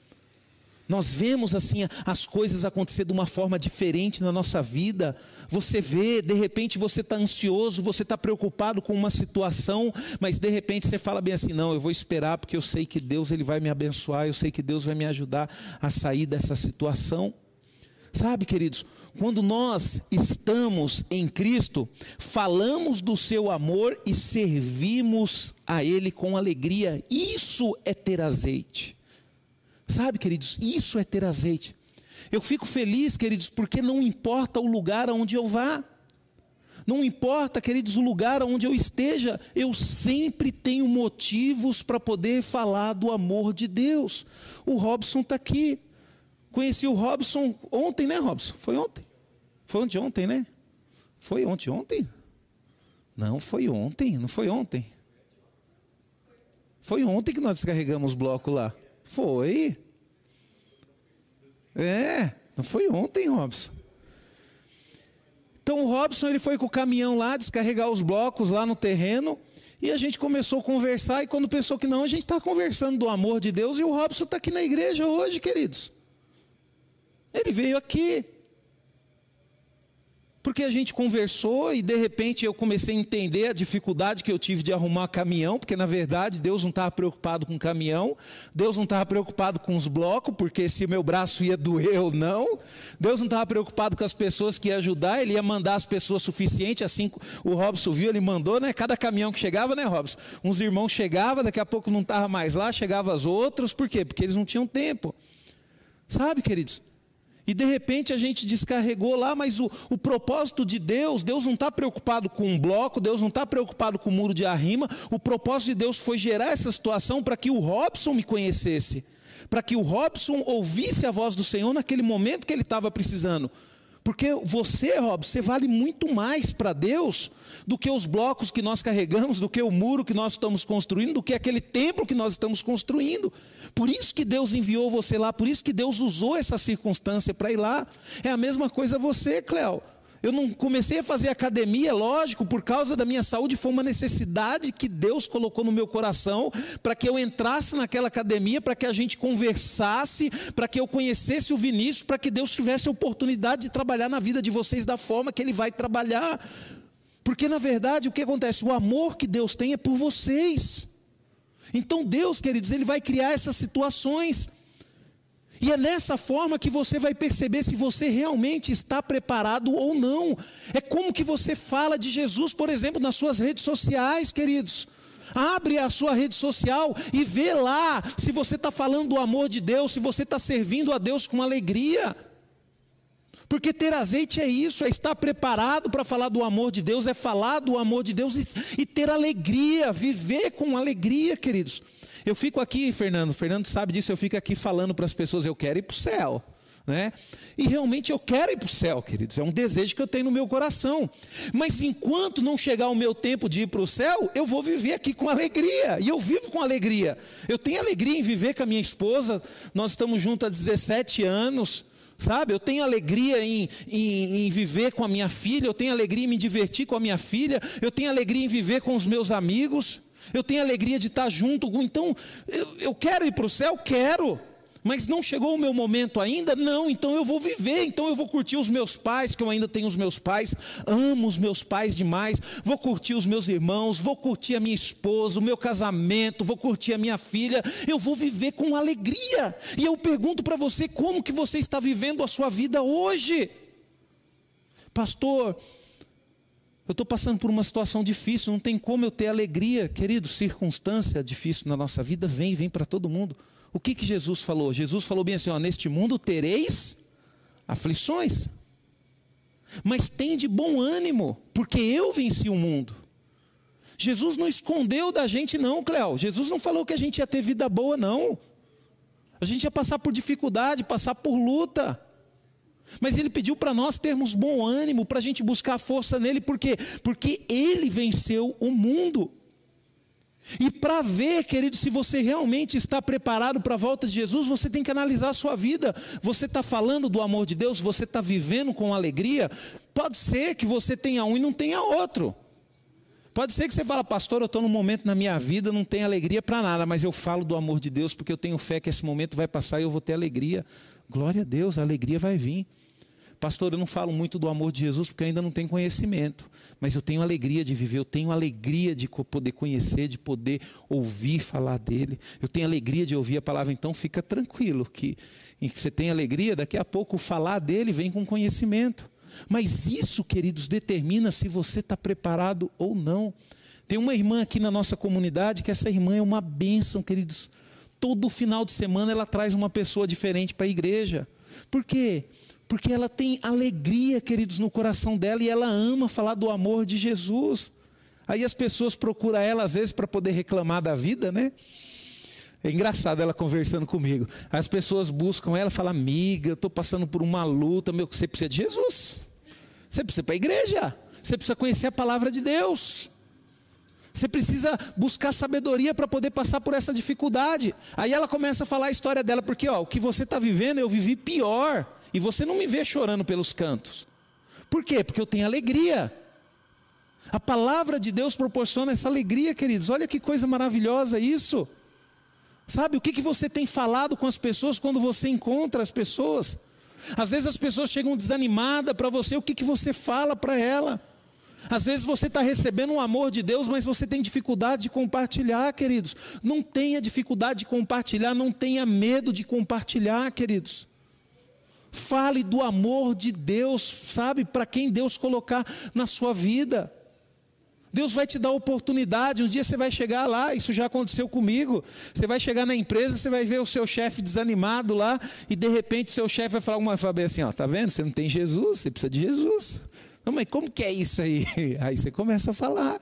Nós vemos assim as coisas acontecer de uma forma diferente na nossa vida. Você vê, de repente você está ansioso, você está preocupado com uma situação, mas de repente você fala bem assim, não, eu vou esperar porque eu sei que Deus ele vai me abençoar, eu sei que Deus vai me ajudar a sair dessa situação. Sabe, queridos, quando nós estamos em Cristo, falamos do seu amor e servimos a Ele com alegria. Isso é ter azeite. Sabe, queridos, isso é ter azeite. Eu fico feliz, queridos, porque não importa o lugar aonde eu vá. Não importa, queridos, o lugar onde eu esteja, eu sempre tenho motivos para poder falar do amor de Deus. O Robson está aqui. Conheci o Robson ontem, né, Robson? Foi ontem? Foi ontem, ontem, né? Foi ontem, ontem? Não, foi ontem, não foi ontem. Foi ontem que nós descarregamos os blocos lá. Foi. É, não foi ontem, Robson. Então o Robson ele foi com o caminhão lá descarregar os blocos lá no terreno. E a gente começou a conversar, e quando pensou que não, a gente está conversando do amor de Deus, e o Robson está aqui na igreja hoje, queridos. Ele veio aqui, porque a gente conversou, e de repente eu comecei a entender a dificuldade que eu tive de arrumar caminhão, porque na verdade Deus não estava preocupado com caminhão, Deus não estava preocupado com os blocos, porque se meu braço ia doer ou não, Deus não estava preocupado com as pessoas que ia ajudar, Ele ia mandar as pessoas suficientes, assim o Robson viu, ele mandou, né? Cada caminhão que chegava, né, Robson? Uns irmãos chegavam, daqui a pouco não estava mais lá, chegavam os outros, por quê? Porque eles não tinham tempo, sabe, queridos? E de repente a gente descarregou lá, mas o, o propósito de Deus, Deus não está preocupado com um bloco, Deus não está preocupado com o muro de arrima, o propósito de Deus foi gerar essa situação para que o Robson me conhecesse, para que o Robson ouvisse a voz do Senhor naquele momento que ele estava precisando. Porque você, Robson, você vale muito mais para Deus do que os blocos que nós carregamos, do que o muro que nós estamos construindo, do que aquele templo que nós estamos construindo. Por isso que Deus enviou você lá, por isso que Deus usou essa circunstância para ir lá. É a mesma coisa você, Cléo. Eu não comecei a fazer academia, lógico, por causa da minha saúde, foi uma necessidade que Deus colocou no meu coração, para que eu entrasse naquela academia, para que a gente conversasse, para que eu conhecesse o Vinícius, para que Deus tivesse a oportunidade de trabalhar na vida de vocês da forma que Ele vai trabalhar. Porque na verdade o que acontece? O amor que Deus tem é por vocês. Então Deus, queridos, Ele vai criar essas situações. E é nessa forma que você vai perceber se você realmente está preparado ou não. É como que você fala de Jesus, por exemplo, nas suas redes sociais, queridos. Abre a sua rede social e vê lá se você está falando do amor de Deus, se você está servindo a Deus com alegria. Porque ter azeite é isso, é estar preparado para falar do amor de Deus, é falar do amor de Deus e, e ter alegria, viver com alegria, queridos. Eu fico aqui, Fernando, Fernando sabe disso, eu fico aqui falando para as pessoas, eu quero ir para o céu, né? E realmente eu quero ir para o céu, queridos, é um desejo que eu tenho no meu coração. Mas enquanto não chegar o meu tempo de ir para o céu, eu vou viver aqui com alegria, e eu vivo com alegria. Eu tenho alegria em viver com a minha esposa, nós estamos juntos há dezessete anos, sabe? Eu tenho alegria em, em, em viver com a minha filha, eu tenho alegria em me divertir com a minha filha, eu tenho alegria em viver com os meus amigos, eu tenho alegria de estar junto. Então, eu, eu quero ir para o céu? Quero. Mas não chegou o meu momento ainda? Não, então eu vou viver, então eu vou curtir os meus pais, que eu ainda tenho os meus pais, amo os meus pais demais, vou curtir os meus irmãos, vou curtir a minha esposa, o meu casamento, vou curtir a minha filha, eu vou viver com alegria. E eu pergunto para você, como que você está vivendo a sua vida hoje? Pastor, eu estou passando por uma situação difícil, não tem como eu ter alegria. Querido, circunstância difícil na nossa vida vem, vem para todo mundo. O que que Jesus falou? Jesus falou bem assim, ó, neste mundo tereis aflições, mas tem de bom ânimo, porque eu venci o mundo. Jesus não escondeu da gente não, Cléo. Jesus não falou que a gente ia ter vida boa não. A gente ia passar por dificuldade, passar por luta. Mas Ele pediu para nós termos bom ânimo, para a gente buscar força nele. Por quê? Porque Ele venceu o mundo. E para ver, querido, se você realmente está preparado para a volta de Jesus, você tem que analisar a sua vida. Você está falando do amor de Deus? Você está vivendo com alegria? Pode ser que você tenha um e não tenha outro. Pode ser que você fale, pastor, eu estou num momento na minha vida, não tenho alegria para nada, mas eu falo do amor de Deus porque eu tenho fé que esse momento vai passar e eu vou ter alegria. Glória a Deus, a alegria vai vir. Pastor, eu não falo muito do amor de Jesus porque eu ainda não tenho conhecimento, mas eu tenho alegria de viver, eu tenho alegria de poder conhecer, de poder ouvir falar dele, eu tenho alegria de ouvir a palavra. Então fica tranquilo que, em que você tem alegria, daqui a pouco falar dele vem com conhecimento. Mas isso, queridos, determina se você está preparado ou não. Tem uma irmã aqui na nossa comunidade que essa irmã é uma bênção, queridos. Todo final de semana ela traz uma pessoa diferente para a igreja. Por quê? Porque ela tem alegria, queridos, no coração dela e ela ama falar do amor de Jesus. Aí as pessoas procuram ela às vezes para poder reclamar da vida, né? É engraçado ela conversando comigo. As pessoas buscam ela e falam, amiga, eu estou passando por uma luta. Meu, você precisa de Jesus. Você precisa ir para a igreja. Você precisa conhecer a palavra de Deus. Você precisa buscar sabedoria para poder passar por essa dificuldade. Aí ela começa a falar a história dela, porque ó, o que você está vivendo, eu vivi pior. E você não me vê chorando pelos cantos. Por quê? Porque eu tenho alegria. A palavra de Deus proporciona essa alegria, queridos. Olha que coisa maravilhosa isso. Sabe, o que, que você tem falado com as pessoas quando você encontra as pessoas? Às vezes as pessoas chegam desanimadas para você, o que, que você fala para ela? Às vezes você está recebendo um amor de Deus, mas você tem dificuldade de compartilhar, queridos. Não tenha dificuldade de compartilhar, não tenha medo de compartilhar, queridos. Fale do amor de Deus, sabe, para quem Deus colocar na sua vida. Deus vai te dar oportunidade, um dia você vai chegar lá, isso já aconteceu comigo, você vai chegar na empresa, você vai ver o seu chefe desanimado lá, e de repente o seu chefe vai falar uma vez assim, ó, tá vendo, você não tem Jesus, você precisa de Jesus. Não, mas como que é isso aí? Aí você começa a falar.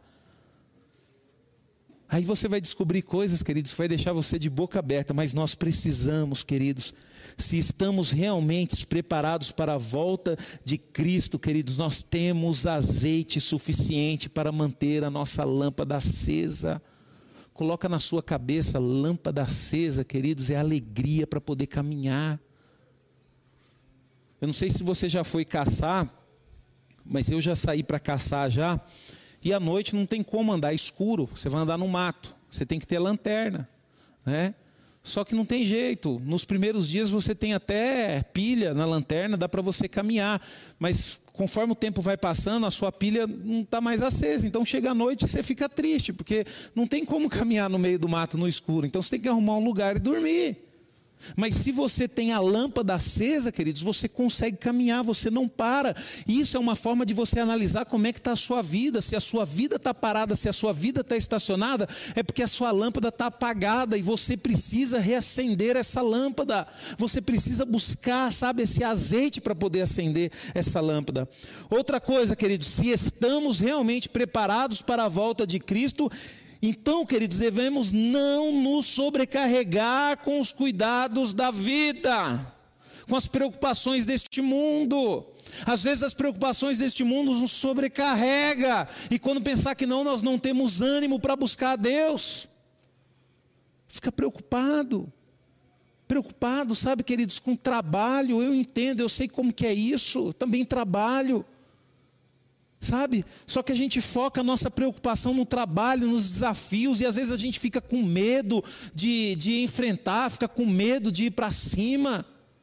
Aí você vai descobrir coisas, queridos, que vai deixar você de boca aberta, mas nós precisamos, queridos, se estamos realmente preparados para a volta de Cristo, queridos, nós temos azeite suficiente para manter a nossa lâmpada acesa. Coloca na sua cabeça, lâmpada acesa, queridos, é alegria para poder caminhar. Eu não sei se você já foi caçar, mas eu já saí para caçar já, e à noite não tem como andar escuro, você vai andar no mato, você tem que ter lanterna, né? Só que não tem jeito, nos primeiros dias você tem até pilha na lanterna, dá para você caminhar, mas conforme o tempo vai passando, a sua pilha não está mais acesa, então chega à noite e você fica triste, porque não tem como caminhar no meio do mato no escuro, então você tem que arrumar um lugar e dormir. Mas se você tem a lâmpada acesa, queridos, você consegue caminhar, você não para. Isso é uma forma de você analisar como é que está a sua vida. Se a sua vida está parada, se a sua vida está estacionada, é porque a sua lâmpada está apagada e você precisa reacender essa lâmpada. Você precisa buscar, sabe, esse azeite para poder acender essa lâmpada. Outra coisa, queridos, se estamos realmente preparados para a volta de Cristo, então, queridos, devemos não nos sobrecarregar com os cuidados da vida, com as preocupações deste mundo. Às vezes as preocupações deste mundo nos sobrecarregam, e quando pensar que não, nós não temos ânimo para buscar a Deus. Fica preocupado, preocupado, sabe, queridos, com trabalho. Eu entendo, eu sei como que é isso, também trabalho. Sabe, só que a gente foca a nossa preocupação no trabalho, nos desafios, e às vezes a gente fica com medo de, de enfrentar, fica com medo de ir para cima.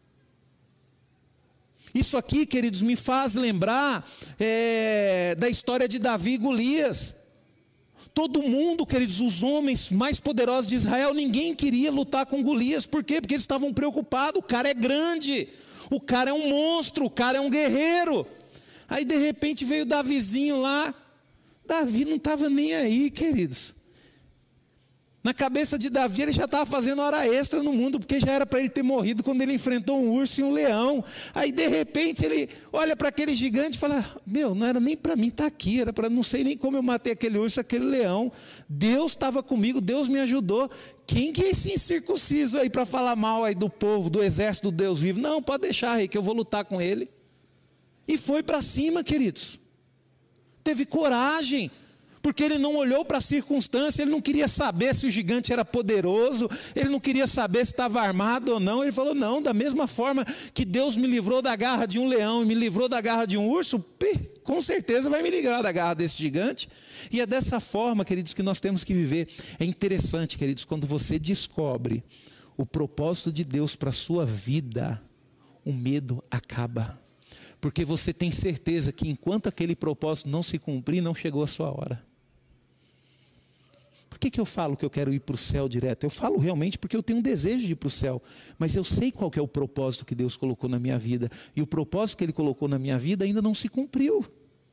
Isso aqui, queridos, me faz lembrar é, da história de Davi e Golias. Todo mundo, queridos, os homens mais poderosos de Israel, ninguém queria lutar com Golias. Por quê? Porque eles estavam preocupados, o cara é grande, o cara é um monstro, o cara é um guerreiro. Aí de repente veio Davizinho lá, Davi não estava nem aí, queridos. Na cabeça de Davi ele já estava fazendo hora extra no mundo, porque já era para ele ter morrido quando ele enfrentou um urso e um leão. Aí de repente ele olha para aquele gigante e fala, meu, não era nem para mim estar aqui, era para não sei nem como eu matei aquele urso, aquele leão. Deus estava comigo, Deus me ajudou. Quem que é esse incircunciso aí para falar mal aí do povo, do exército do Deus vivo? Não, pode deixar, rei, que eu vou lutar com ele. E foi para cima, queridos. Teve coragem, porque ele não olhou para a circunstância, ele não queria saber se o gigante era poderoso, ele não queria saber se estava armado ou não. Ele falou, não, da mesma forma que Deus me livrou da garra de um leão e me livrou da garra de um urso, com certeza vai me livrar da garra desse gigante. E é dessa forma, queridos, que nós temos que viver. É interessante, queridos, quando você descobre o propósito de Deus para a sua vida, o medo acaba. Porque você tem certeza que enquanto aquele propósito não se cumprir, não chegou a sua hora. Por que que eu falo que eu quero ir para o céu direto? Eu falo realmente porque eu tenho um desejo de ir para o céu. Mas eu sei qual que é o propósito que Deus colocou na minha vida. E o propósito que Ele colocou na minha vida ainda não se cumpriu.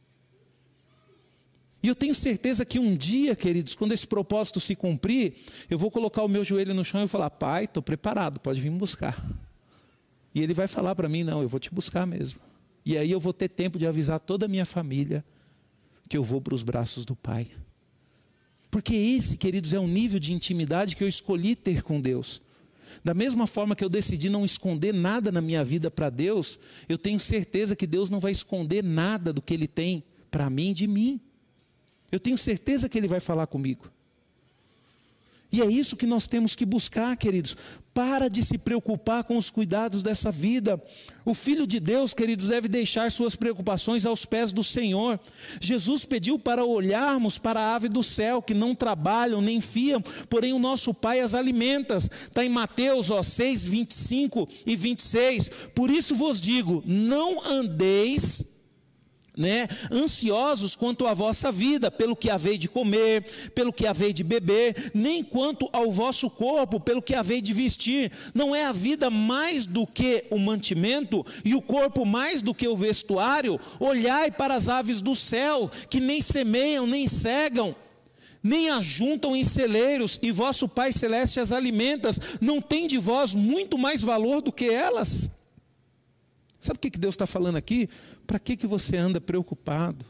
E eu tenho certeza que um dia, queridos, quando esse propósito se cumprir, eu vou colocar o meu joelho no chão e falar, pai, estou preparado, pode vir me buscar. E Ele vai falar para mim, não, eu vou te buscar mesmo. E aí eu vou ter tempo de avisar toda a minha família que eu vou para os braços do Pai. Porque esse, queridos, é um nível de intimidade que eu escolhi ter com Deus. Da mesma forma que eu decidi não esconder nada na minha vida para Deus, eu tenho certeza que Deus não vai esconder nada do que Ele tem para mim e de mim. Eu tenho certeza que Ele vai falar comigo. E é isso que nós temos que buscar, queridos. Para de se preocupar com os cuidados dessa vida. O Filho de Deus, queridos, deve deixar suas preocupações aos pés do Senhor. Jesus pediu para olharmos para a ave do céu, que não trabalham nem fiam, porém o nosso Pai as alimenta. Está em Mateus ó, seis, vinte e cinco e vinte e seis. Por isso vos digo, não andeis... Né, ansiosos quanto à vossa vida, pelo que havei de comer, pelo que havei de beber, nem quanto ao vosso corpo, pelo que havei de vestir. Não é a vida mais do que o mantimento, e o corpo mais do que o vestuário? Olhai para as aves do céu, que nem semeiam, nem cegam, nem ajuntam em celeiros, e vosso Pai Celeste as alimenta. Não tem de vós muito mais valor do que elas? Sabe o que Deus está falando aqui? Para que, que você anda preocupado?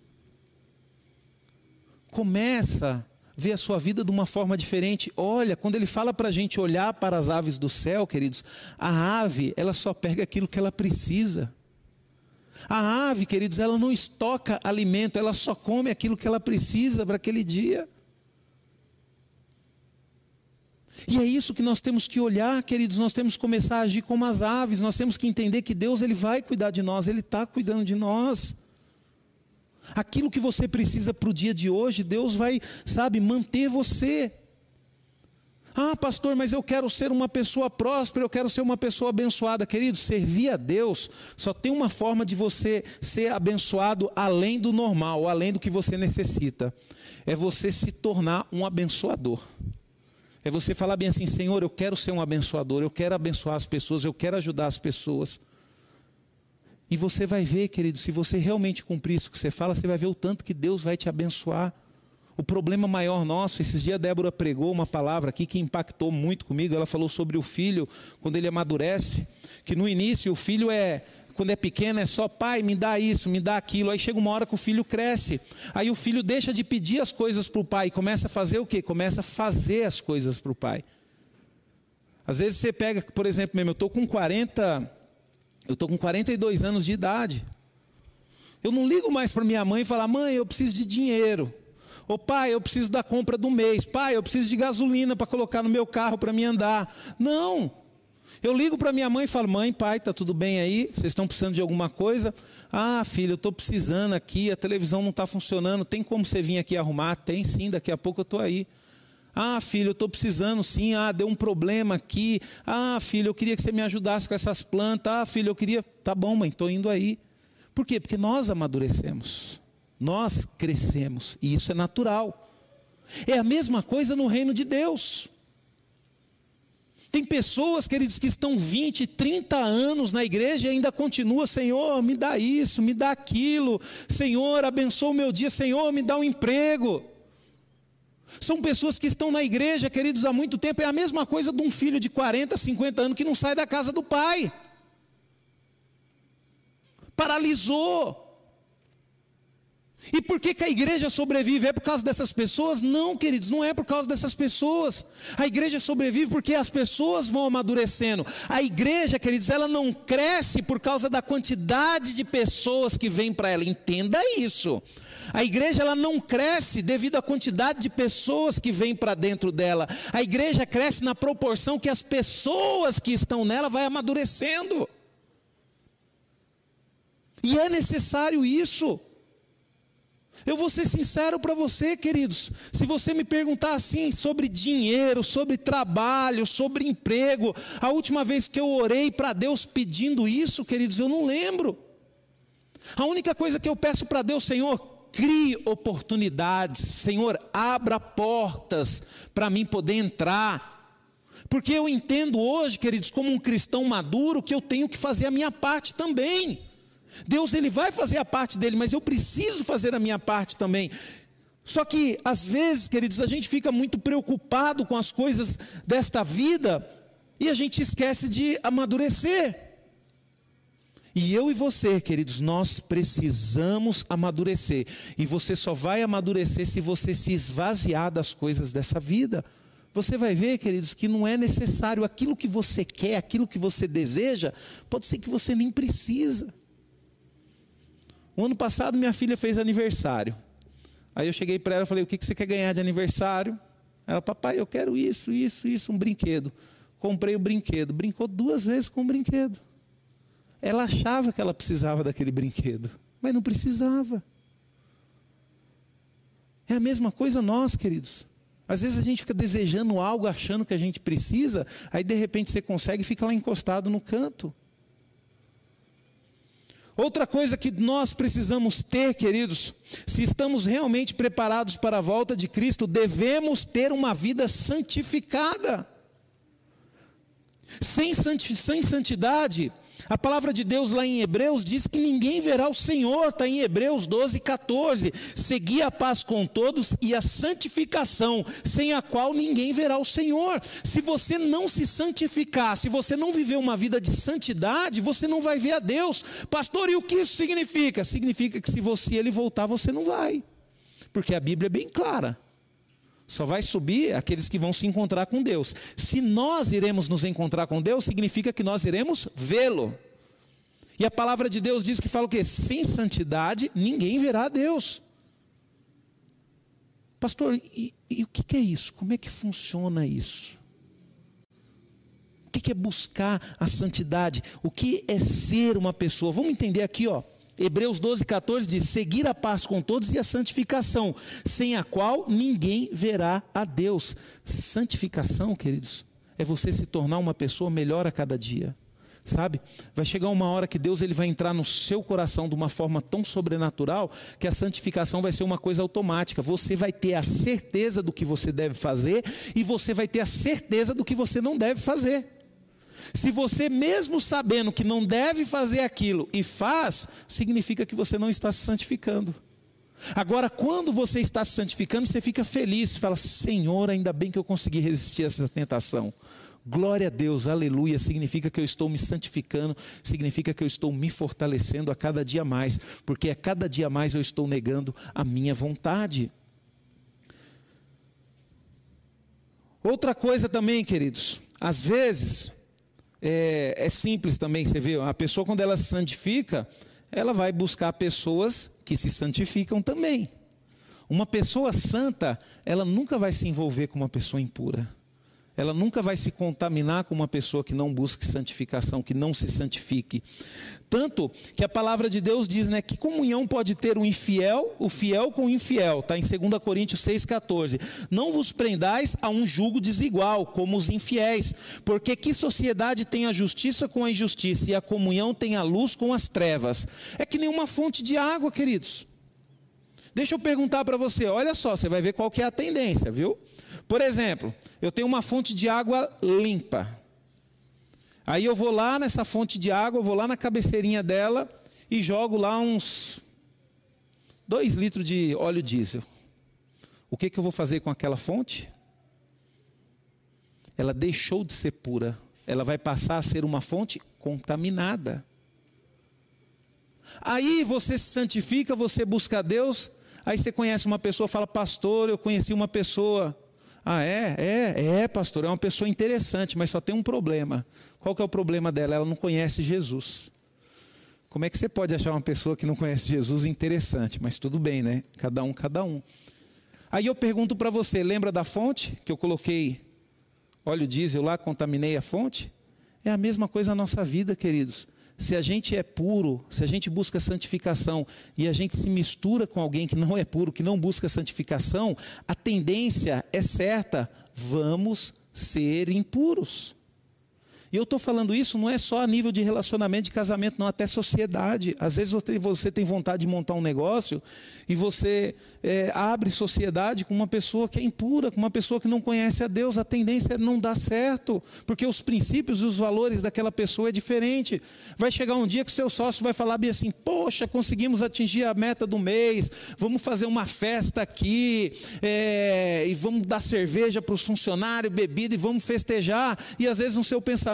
Começa a ver a sua vida de uma forma diferente. Olha, quando Ele fala para a gente olhar para as aves do céu, queridos, a ave, ela só pega aquilo que ela precisa. A ave, queridos, ela não estoca alimento, ela só come aquilo que ela precisa para aquele dia. E é isso que nós temos que olhar, queridos, nós temos que começar a agir como as aves, nós temos que entender que Deus Ele vai cuidar de nós, Ele está cuidando de nós. Aquilo que você precisa para o dia de hoje, Deus vai, sabe, manter você. Ah, pastor, mas eu quero ser uma pessoa próspera, eu quero ser uma pessoa abençoada. Querido, servir a Deus, só tem uma forma de você ser abençoado além do normal, além do que você necessita. É você se tornar um abençoador. É você falar bem assim, Senhor, eu quero ser um abençoador, eu quero abençoar as pessoas, eu quero ajudar as pessoas. E você vai ver, querido, se você realmente cumprir isso que você fala, você vai ver o tanto que Deus vai te abençoar. O problema maior nosso, esses dias a Débora pregou uma palavra aqui que impactou muito comigo, ela falou sobre o filho, quando ele amadurece, que no início o filho é... Quando é pequeno é só, pai, me dá isso, me dá aquilo. Aí chega uma hora que o filho cresce. Aí o filho deixa de pedir as coisas para o pai e começa a fazer o quê? Começa a fazer as coisas para o pai. Às vezes você pega, por exemplo, mesmo, eu estou com quarenta, eu estou com quarenta e dois anos de idade. Eu não ligo mais para minha mãe e falar, mãe, eu preciso de dinheiro. Ou pai, eu preciso da compra do mês. Pai, eu preciso de gasolina para colocar no meu carro para me andar. Não. Eu ligo para minha mãe e falo, mãe, pai, está tudo bem aí? Vocês estão precisando de alguma coisa? Ah, filho, eu estou precisando aqui, a televisão não está funcionando, tem como você vir aqui arrumar? Tem sim, daqui a pouco eu estou aí. Ah, filho, eu estou precisando sim, ah, deu um problema aqui. Ah, filho, eu queria que você me ajudasse com essas plantas. Ah, filho, eu queria... Tá bom, mãe, estou indo aí. Por quê? Porque nós amadurecemos, nós crescemos, e isso é natural. É a mesma coisa no reino de Deus. Tem pessoas, queridos, que estão vinte, trinta anos na igreja e ainda continua, Senhor, me dá isso, me dá aquilo, Senhor, abençoa o meu dia, Senhor, me dá um emprego. São pessoas que estão na igreja, queridos, há muito tempo. É a mesma coisa de um filho de quarenta, cinquenta anos que não sai da casa do pai. Paralisou. E por que que a igreja sobrevive? É por causa dessas pessoas? Não, queridos, não é por causa dessas pessoas. A igreja sobrevive porque as pessoas vão amadurecendo. A igreja, queridos, ela não cresce por causa da quantidade de pessoas que vêm para ela. Entenda isso. A igreja, ela não cresce devido à quantidade de pessoas que vêm para dentro dela. A igreja cresce na proporção que as pessoas que estão nela vai amadurecendo. E é necessário isso. Eu vou ser sincero para você, queridos, se você me perguntar assim sobre dinheiro, sobre trabalho, sobre emprego, a última vez que eu orei para Deus pedindo isso, queridos, eu não lembro. A única coisa que eu peço para Deus, Senhor, crie oportunidades, Senhor, abra portas para mim poder entrar, porque eu entendo hoje, queridos, como um cristão maduro, que eu tenho que fazer a minha parte também. Deus, Ele vai fazer a parte dele, mas eu preciso fazer a minha parte também. Só que, às vezes, queridos, a gente fica muito preocupado com as coisas desta vida e a gente esquece de amadurecer. E eu e você, queridos, nós precisamos amadurecer. E você só vai amadurecer se você se esvaziar das coisas dessa vida. Você vai ver, queridos, que não é necessário aquilo que você quer, aquilo que você deseja, pode ser que você nem precisa. O ano passado minha filha fez aniversário. Aí eu cheguei para ela e falei, o que você quer ganhar de aniversário? Ela, papai, eu quero isso, isso, isso, um brinquedo. Comprei o brinquedo, brincou duas vezes com o brinquedo. Ela achava que ela precisava daquele brinquedo, mas não precisava. É a mesma coisa nós, queridos. Às vezes a gente fica desejando algo, achando que a gente precisa, aí de repente você consegue e fica lá encostado no canto. Outra coisa que nós precisamos ter, queridos, se estamos realmente preparados para a volta de Cristo, devemos ter uma vida santificada. Sem santidade, a palavra de Deus lá em Hebreus diz que ninguém verá o Senhor, está em Hebreus doze, quatorze. Segui a paz com todos e a santificação, sem a qual ninguém verá o Senhor. Se você não se santificar, se você não viver uma vida de santidade, você não vai ver a Deus. Pastor, e o que isso significa? Significa que se você ele voltar, você não vai. Porque a Bíblia é bem clara. Só vai subir aqueles que vão se encontrar com Deus. Se nós iremos nos encontrar com Deus, significa que nós iremos vê-lo. E a palavra de Deus diz que fala o quê? Sem santidade, ninguém verá a Deus. Pastor, e, e o que é isso? Como é que funciona isso? O que é buscar a santidade? O que é ser uma pessoa? Vamos entender aqui, ó. Hebreus doze, quatorze diz, seguir a paz com todos e a santificação, sem a qual ninguém verá a Deus. Santificação, queridos, é você se tornar uma pessoa melhor a cada dia, sabe? Vai chegar uma hora que Deus ele vai entrar no seu coração de uma forma tão sobrenatural, que a santificação vai ser uma coisa automática. Você vai ter a certeza do que você deve fazer, e você vai ter a certeza do que você não deve fazer. Se você mesmo sabendo que não deve fazer aquilo e faz, significa que você não está se santificando. Agora, quando você está se santificando, você fica feliz, fala, Senhor, ainda bem que eu consegui resistir a essa tentação. Glória a Deus, aleluia, significa que eu estou me santificando, significa que eu estou me fortalecendo a cada dia mais, porque a cada dia mais eu estou negando a minha vontade. Outra coisa também, queridos, às vezes... É, é simples também, você vê, a pessoa quando ela se santifica, ela vai buscar pessoas que se santificam também. Uma pessoa santa, ela nunca vai se envolver com uma pessoa impura. Ela nunca vai se contaminar com uma pessoa que não busque santificação, que não se santifique. Tanto que a palavra de Deus diz, né, que comunhão pode ter o infiel, o fiel com o infiel. Está em dois Coríntios seis, quatorze. Não vos prendais a um jugo desigual, como os infiéis. Porque que sociedade tem a justiça com a injustiça e a comunhão tem a luz com as trevas? É que nem uma fonte de água, queridos. Deixa eu perguntar para você, olha só, você vai ver qual que é a tendência, viu? Por exemplo, eu tenho uma fonte de água limpa. Aí eu vou lá nessa fonte de água, eu vou lá na cabeceirinha dela e jogo lá uns dois litros de óleo diesel. O que, que eu vou fazer com aquela fonte? Ela deixou de ser pura. Ela vai passar a ser uma fonte contaminada. Aí você se santifica, você busca a Deus, aí você conhece uma pessoa, fala, pastor, eu conheci uma pessoa... Ah, é? É, é, pastor, é uma pessoa interessante, mas só tem um problema. Qual que é o problema dela? Ela não conhece Jesus. Como é que você pode achar uma pessoa que não conhece Jesus interessante? Mas tudo bem, né? Cada um, cada um. Aí eu pergunto para você, lembra da fonte que eu coloquei óleo diesel lá, contaminei a fonte? É a mesma coisa na nossa vida, queridos. Se a gente é puro, se a gente busca santificação e a gente se mistura com alguém que não é puro, que não busca santificação, a tendência é certa, vamos ser impuros. E eu estou falando isso não é só a nível de relacionamento, de casamento, não, até sociedade. Às vezes você tem vontade de montar um negócio e você é, abre sociedade com uma pessoa que é impura, com uma pessoa que não conhece a Deus. A tendência é não dar certo, porque os princípios e os valores daquela pessoa é diferente. Vai chegar um dia que seu sócio vai falar bem assim, poxa, conseguimos atingir a meta do mês, vamos fazer uma festa aqui, é, e vamos dar cerveja para os funcionários, bebida, e vamos festejar. E às vezes no seu pensamento,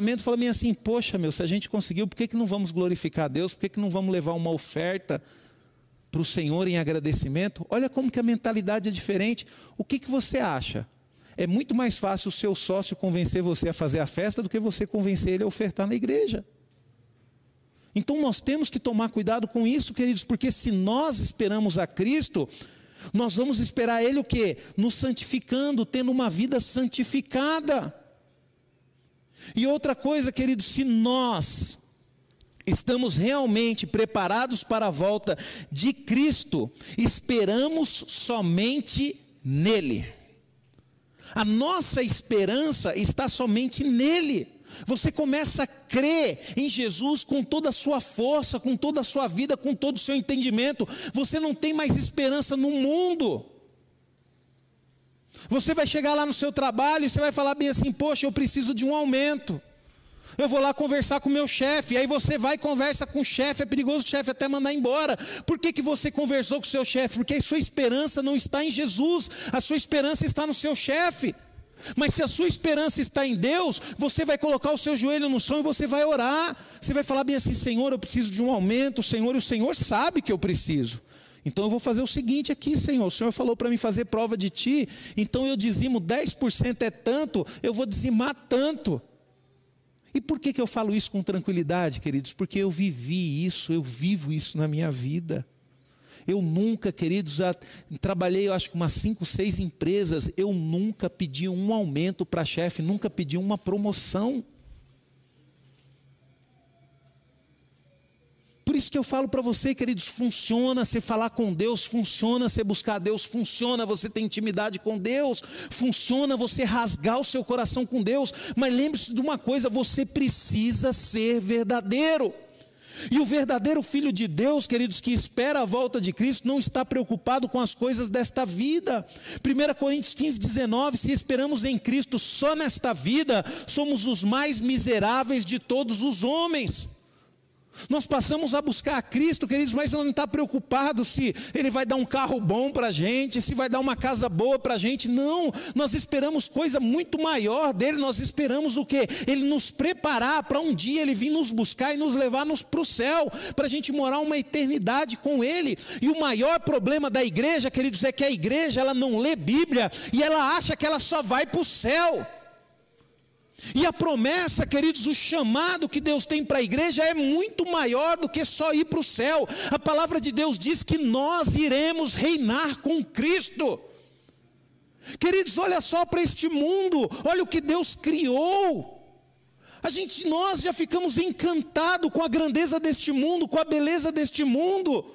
pensamento fala bem assim, poxa meu, se a gente conseguiu, por que, que não vamos glorificar a Deus? Por que, que não vamos levar uma oferta para o Senhor em agradecimento? Olha como que a mentalidade é diferente. O que, que você acha? É muito mais fácil o seu sócio convencer você a fazer a festa do que você convencer ele a ofertar na igreja. Então nós temos que tomar cuidado com isso, queridos, porque se nós esperamos a Cristo, nós vamos esperar Ele o quê? Nos santificando, tendo uma vida santificada. E outra coisa, queridos, se nós estamos realmente preparados para a volta de Cristo, esperamos somente nele. A nossa esperança está somente nele. Você começa a crer em Jesus com toda a sua força, com toda a sua vida, com todo o seu entendimento. Você não tem mais esperança no mundo. Você vai chegar lá no seu trabalho e você vai falar bem assim, poxa, eu preciso de um aumento. Eu vou lá conversar com o meu chefe. Aí você vai e conversa com o chefe, é perigoso o chefe até mandar embora. Por que, que você conversou com o seu chefe? Porque a sua esperança não está em Jesus, a sua esperança está no seu chefe. Mas se a sua esperança está em Deus, você vai colocar o seu joelho no chão e você vai orar. Você vai falar bem assim, Senhor, eu preciso de um aumento, Senhor, e o Senhor sabe que eu preciso. Então eu vou fazer o seguinte aqui, Senhor, o Senhor falou para mim fazer prova de Ti, então eu dizimo dez por cento é tanto, eu vou dizimar tanto. E por que, que eu falo isso com tranquilidade, queridos? Porque eu vivi isso, eu vivo isso na minha vida. Eu nunca, queridos, já trabalhei, eu acho que umas cinco, seis empresas, eu nunca pedi um aumento para chefe, nunca pedi uma promoção. Por isso que eu falo para você, queridos, funciona você falar com Deus, funciona você buscar Deus, funciona você ter intimidade com Deus, funciona você rasgar o seu coração com Deus, mas lembre-se de uma coisa, você precisa ser verdadeiro. E o verdadeiro filho de Deus, queridos, que espera a volta de Cristo, não está preocupado com as coisas desta vida. primeira Coríntios quinze, dezenove, se esperamos em Cristo só nesta vida, somos os mais miseráveis de todos os homens. Nós passamos a buscar a Cristo, queridos, mas não está preocupado se Ele vai dar um carro bom para a gente, se vai dar uma casa boa para a gente. Não, nós esperamos coisa muito maior dEle. Nós esperamos o quê? Ele nos preparar para um dia Ele vir nos buscar e nos levar para o céu, para a gente morar uma eternidade com Ele. E o maior problema da igreja, queridos, é que a igreja ela não lê Bíblia e ela acha que ela só vai para o céu. E a promessa, queridos, o chamado que Deus tem para a igreja é muito maior do que só ir para o céu. A palavra de Deus diz que nós iremos reinar com Cristo. Queridos, olha só para este mundo, olha o que Deus criou. A gente, nós já ficamos encantados com a grandeza deste mundo, com a beleza deste mundo.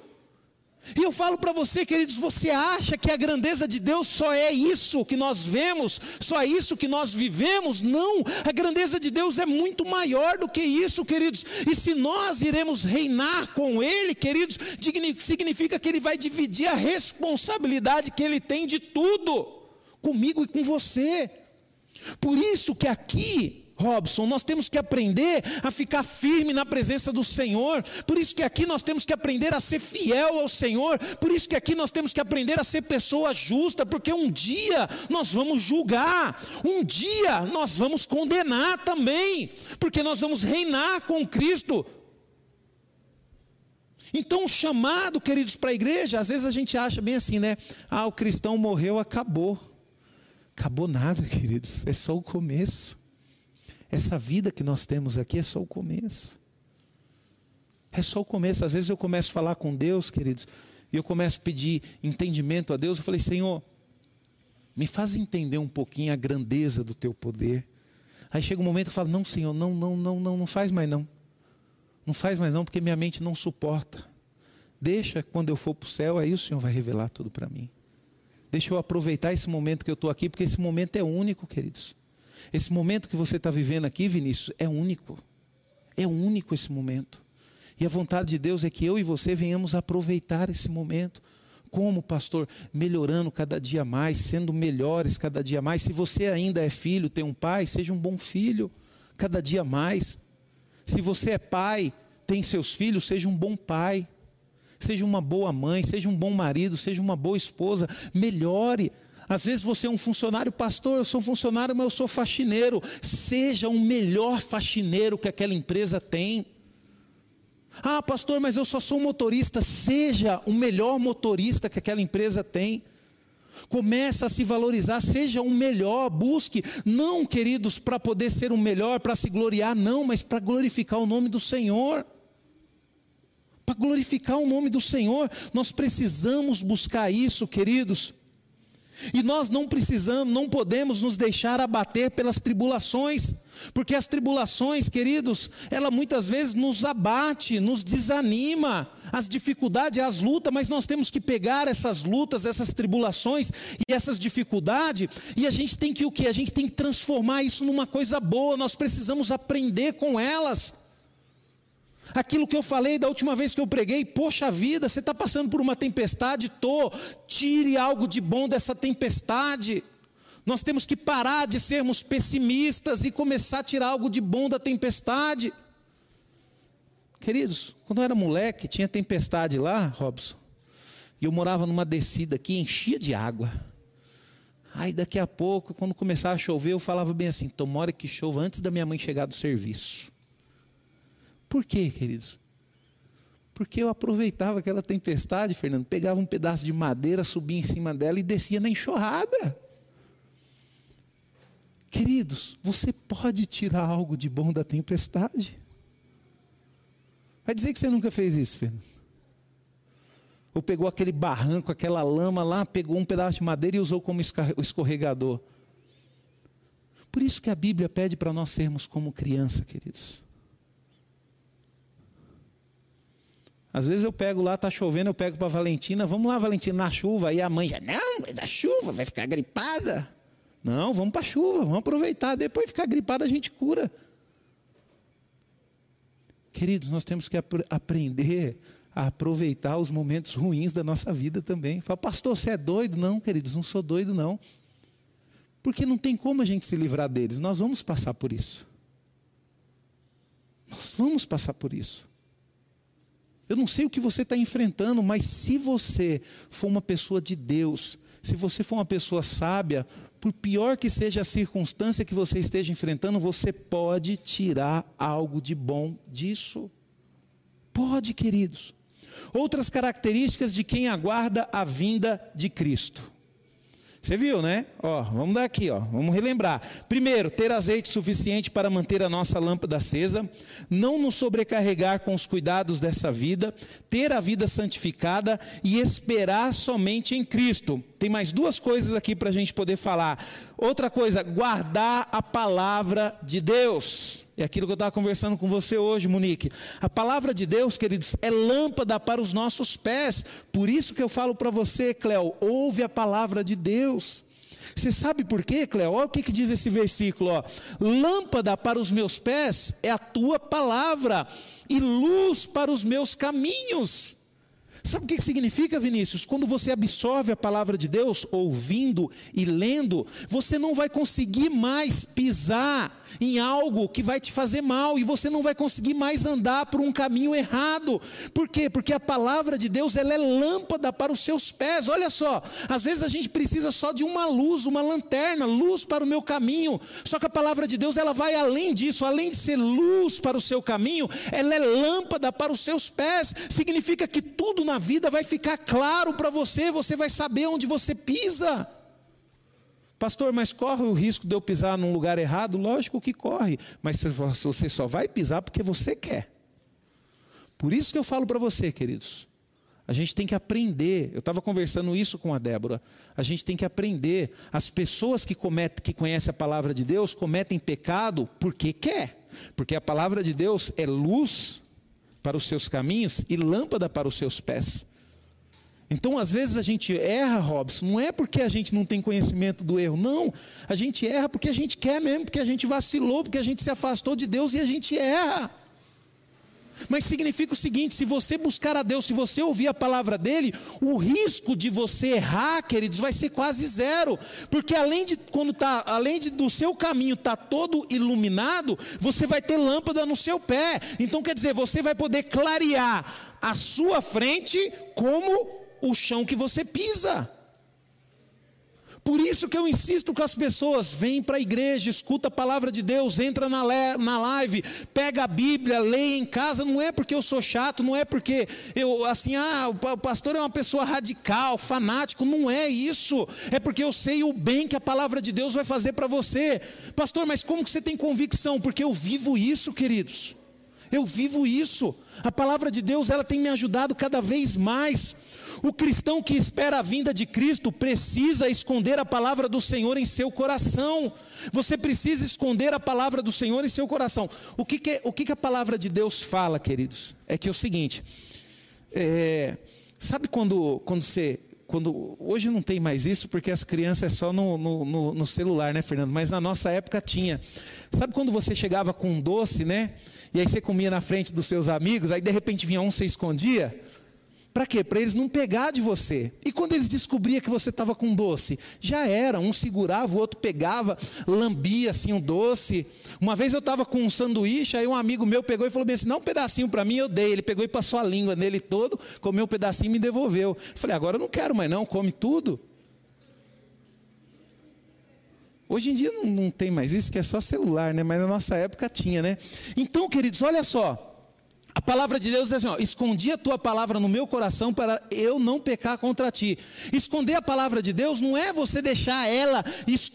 E eu falo para você, queridos, você acha que a grandeza de Deus só é isso que nós vemos, só é isso que nós vivemos? Não, a grandeza de Deus é muito maior do que isso, queridos. E se nós iremos reinar com Ele, queridos, significa que Ele vai dividir a responsabilidade que Ele tem de tudo, comigo e com você. Por isso que aqui, Robson, nós temos que aprender a ficar firme na presença do Senhor. Por isso que aqui nós temos que aprender a ser fiel ao Senhor. Por isso que aqui nós temos que aprender a ser pessoa justa, porque um dia nós vamos julgar, um dia nós vamos condenar também, porque nós vamos reinar com Cristo. Então o chamado, queridos, para a igreja, às vezes a gente acha bem assim, né? Ah, o cristão morreu, acabou. Acabou nada, queridos, é só o começo. Essa vida que nós temos aqui é só o começo. É só o começo. Às vezes eu começo a falar com Deus, queridos, e eu começo a pedir entendimento a Deus. Eu falei, Senhor, me faz entender um pouquinho a grandeza do Teu poder. Aí chega um momento que eu falo, não, Senhor, não, não, não, não, não faz mais não. Não faz mais não, porque minha mente não suporta. Deixa, quando eu for para o céu, aí o Senhor vai revelar tudo para mim. Deixa eu aproveitar esse momento que eu estou aqui, porque esse momento é único, queridos. Esse momento que você está vivendo aqui, Vinícius, é único. É único esse momento. E a vontade de Deus é que eu e você venhamos aproveitar esse momento. Como, pastor? Melhorando cada dia mais, sendo melhores cada dia mais. Se você ainda é filho, tem um pai, seja um bom filho cada dia mais. Se você é pai, tem seus filhos, seja um bom pai. Seja uma boa mãe, seja um bom marido, seja uma boa esposa. Melhore. Às vezes você é um funcionário, pastor, eu sou funcionário, mas eu sou faxineiro. Seja o melhor faxineiro que aquela empresa tem. Ah, pastor, mas eu só sou motorista. Seja o melhor motorista que aquela empresa tem. Começa a se valorizar, seja o melhor, busque, não, queridos, para poder ser o melhor, para se gloriar, não, mas para glorificar o nome do Senhor. Para glorificar o nome do Senhor, nós precisamos buscar isso, queridos. E nós não precisamos, não podemos nos deixar abater pelas tribulações, porque as tribulações, queridos, ela muitas vezes nos abate, nos desanima, as dificuldades, as lutas, mas nós temos que pegar essas lutas, essas tribulações e essas dificuldades, e a gente tem que o quê? A gente tem que transformar isso numa coisa boa, nós precisamos aprender com elas. Aquilo que eu falei da última vez que eu preguei, poxa vida, você está passando por uma tempestade, tô, tire algo de bom dessa tempestade. Nós temos que parar de sermos pessimistas e começar a tirar algo de bom da tempestade. Queridos, quando eu era moleque, tinha tempestade lá, Robson, e eu morava numa descida que enchia de água. Aí daqui a pouco, quando começava a chover, eu falava bem assim, tomara que chova antes da minha mãe chegar do serviço. Por quê, queridos? Porque eu aproveitava aquela tempestade, Fernando, pegava um pedaço de madeira, subia em cima dela e descia na enxurrada. Queridos, você pode tirar algo de bom da tempestade? Vai dizer que você nunca fez isso, Fernando? Ou pegou aquele barranco, aquela lama lá, pegou um pedaço de madeira e usou como escorregador. Por isso que a Bíblia pede para nós sermos como criança, queridos. Às vezes eu pego lá, está chovendo, eu pego para a Valentina, vamos lá, Valentina, na chuva. Aí a mãe já, não, vai dar chuva, vai ficar gripada. Não, vamos para a chuva, vamos aproveitar, depois ficar gripada a gente cura. Queridos, nós temos que ap- aprender a aproveitar os momentos ruins da nossa vida também. Fala, pastor, você é doido? Não, queridos, não sou doido não. Porque não tem como a gente se livrar deles, nós vamos passar por isso. Nós vamos passar por isso. Eu não sei o que você está enfrentando, mas se você for uma pessoa de Deus, se você for uma pessoa sábia, por pior que seja a circunstância que você esteja enfrentando, você pode tirar algo de bom disso. Pode, queridos. Outras características de quem aguarda a vinda de Cristo. Você viu, né? Ó, vamos dar aqui, ó, vamos relembrar. Primeiro, ter azeite suficiente para manter a nossa lâmpada acesa, não nos sobrecarregar com os cuidados dessa vida, ter a vida santificada e esperar somente em Cristo. Tem mais duas coisas aqui para a gente poder falar. Outra coisa, guardar a palavra de Deus. É aquilo que eu estava conversando com você hoje, Monique. A palavra de Deus, queridos, é lâmpada para os nossos pés. Por isso que eu falo para você, Cléo, ouve a palavra de Deus. Você sabe por quê, Cléo? Olha o que, que diz esse versículo. Ó. Lâmpada para os meus pés é a tua palavra e luz para os meus caminhos. Sabe o que significa, Vinícius? Quando você absorve a palavra de Deus, ouvindo e lendo, você não vai conseguir mais pisar em algo que vai te fazer mal, e você não vai conseguir mais andar por um caminho errado. Por quê? Porque a palavra de Deus, ela é lâmpada para os seus pés. Olha só, às vezes a gente precisa só de uma luz, uma lanterna, luz para o meu caminho. Só que a palavra de Deus, ela vai além disso, além de ser luz para o seu caminho, ela é lâmpada para os seus pés. Significa que tudo na vida vai ficar claro para você, você vai saber onde você pisa. Pastor, mas corre o risco de eu pisar num lugar errado? Lógico que corre, mas você só vai pisar porque você quer. Por isso que eu falo para você, queridos, a gente tem que aprender. Eu estava conversando isso com a Débora. A gente tem que aprender. As pessoas que cometem, que conhecem a palavra de Deus, cometem pecado porque quer. Porque a palavra de Deus é luz para os seus caminhos e lâmpada para os seus pés. Então, às vezes a gente erra, Robson, não é porque a gente não tem conhecimento do erro, não. A gente erra porque a gente quer mesmo, porque a gente vacilou, porque a gente se afastou de Deus e a gente erra. Mas significa o seguinte, se você buscar a Deus, se você ouvir a palavra dele, o risco de você errar, queridos, vai ser quase zero. Porque além de, quando tá, além de, do seu caminho estar tá todo iluminado, você vai ter lâmpada no seu pé. Então quer dizer, você vai poder clarear a sua frente como o chão que você pisa. Por isso que eu insisto com as pessoas, vem para a igreja, escuta a palavra de Deus, entra na, le- na live, pega a Bíblia, leia em casa. Não é porque eu sou chato, não é porque eu, assim, ah, o pa- o pastor é uma pessoa radical, fanático. Não é isso, é porque eu sei o bem que a palavra de Deus vai fazer para você. Pastor, mas como que você tem convicção? Porque eu vivo isso, queridos, eu vivo isso. A palavra de Deus, ela tem me ajudado cada vez mais. O cristão que espera a vinda de Cristo precisa esconder a palavra do Senhor em seu coração. Você precisa esconder a palavra do Senhor em seu coração. O que, que, é, o que, que a palavra de Deus fala, queridos? É que é o seguinte, é, sabe quando, quando você... Quando, hoje não tem mais isso, porque as crianças é só no, no, no, no celular, né, Fernando? Mas na nossa época tinha. Sabe quando você chegava com um doce, né? E aí você comia na frente dos seus amigos, aí de repente vinha um, você escondia? Para quê? Para eles não pegar de você. E quando eles descobriam que você estava com doce, já era, um segurava, o outro pegava, lambia assim um doce. Uma vez eu estava com um sanduíche, aí um amigo meu pegou e falou bem assim, dá um pedacinho para mim, eu dei. Ele pegou e passou a língua nele todo, comeu um pedacinho e me devolveu. Eu falei, agora eu não quero mais não, come tudo. Hoje em dia não, não tem mais isso, que é só celular, né? Mas na nossa época tinha, né? Então, queridos, olha só. A palavra de Deus diz assim, ó, escondi a tua palavra no meu coração para eu não pecar contra ti. Esconder a palavra de Deus não é você deixar ela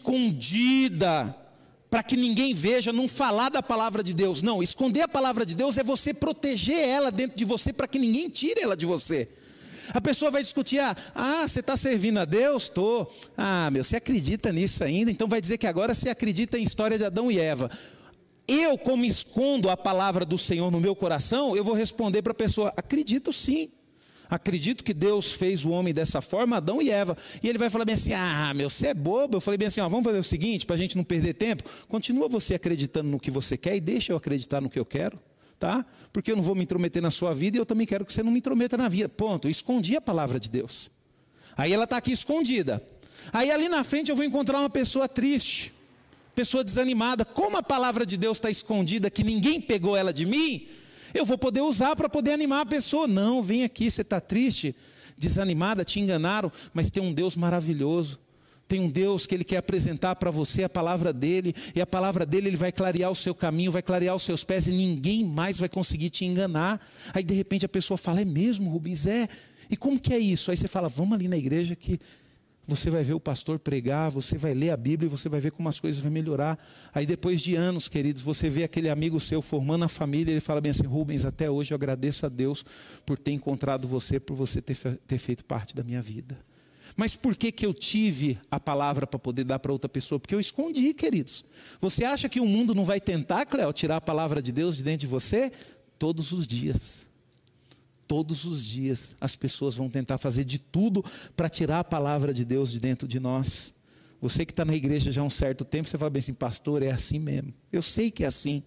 escondida, para que ninguém veja, não falar da palavra de Deus. Não, esconder a palavra de Deus é você proteger ela dentro de você, para que ninguém tire ela de você. A pessoa vai discutir, ah, ah você está servindo a Deus? Estou. Ah, meu, você acredita nisso ainda? Então vai dizer que agora você acredita em história de Adão e Eva. Eu, como escondo a palavra do Senhor no meu coração, eu vou responder para a pessoa, acredito sim. Acredito que Deus fez o homem dessa forma, Adão e Eva. E ele vai falar bem assim, ah, meu, você é bobo. Eu falei bem assim, ó, vamos fazer o seguinte, para a gente não perder tempo. Continua você acreditando no que você quer e deixa eu acreditar no que eu quero, tá? Porque eu não vou me intrometer na sua vida e eu também quero que você não me intrometa na vida. Ponto, eu escondi a palavra de Deus. Aí ela está aqui escondida. Aí ali na frente eu vou encontrar uma pessoa triste, pessoa desanimada. Como a palavra de Deus está escondida, que ninguém pegou ela de mim, eu vou poder usar para poder animar a pessoa. Não, vem aqui, você está triste, desanimada, te enganaram, mas tem um Deus maravilhoso. Tem um Deus que Ele quer apresentar para você a palavra dEle, e a palavra dEle, Ele vai clarear o seu caminho, vai clarear os seus pés, e ninguém mais vai conseguir te enganar. Aí de repente a pessoa fala, é mesmo, Rubens? É. E como que é isso? Aí você fala, vamos ali na igreja que você vai ver o pastor pregar, você vai ler a Bíblia e você vai ver como as coisas vão melhorar. Aí depois de anos, queridos, você vê aquele amigo seu formando a família, ele fala bem assim, Rubens, até hoje eu agradeço a Deus por ter encontrado você, por você ter, ter feito parte da minha vida. Mas por que que eu tive a palavra para poder dar para outra pessoa? Porque eu escondi, queridos. Você acha que o mundo não vai tentar, Cléo, tirar a palavra de Deus de dentro de você? Todos os dias. Todos os dias as pessoas vão tentar fazer de tudo para tirar a palavra de Deus de dentro de nós. Você que está na igreja já há um certo tempo, você fala bem assim, pastor, é assim mesmo. Eu sei que é assim.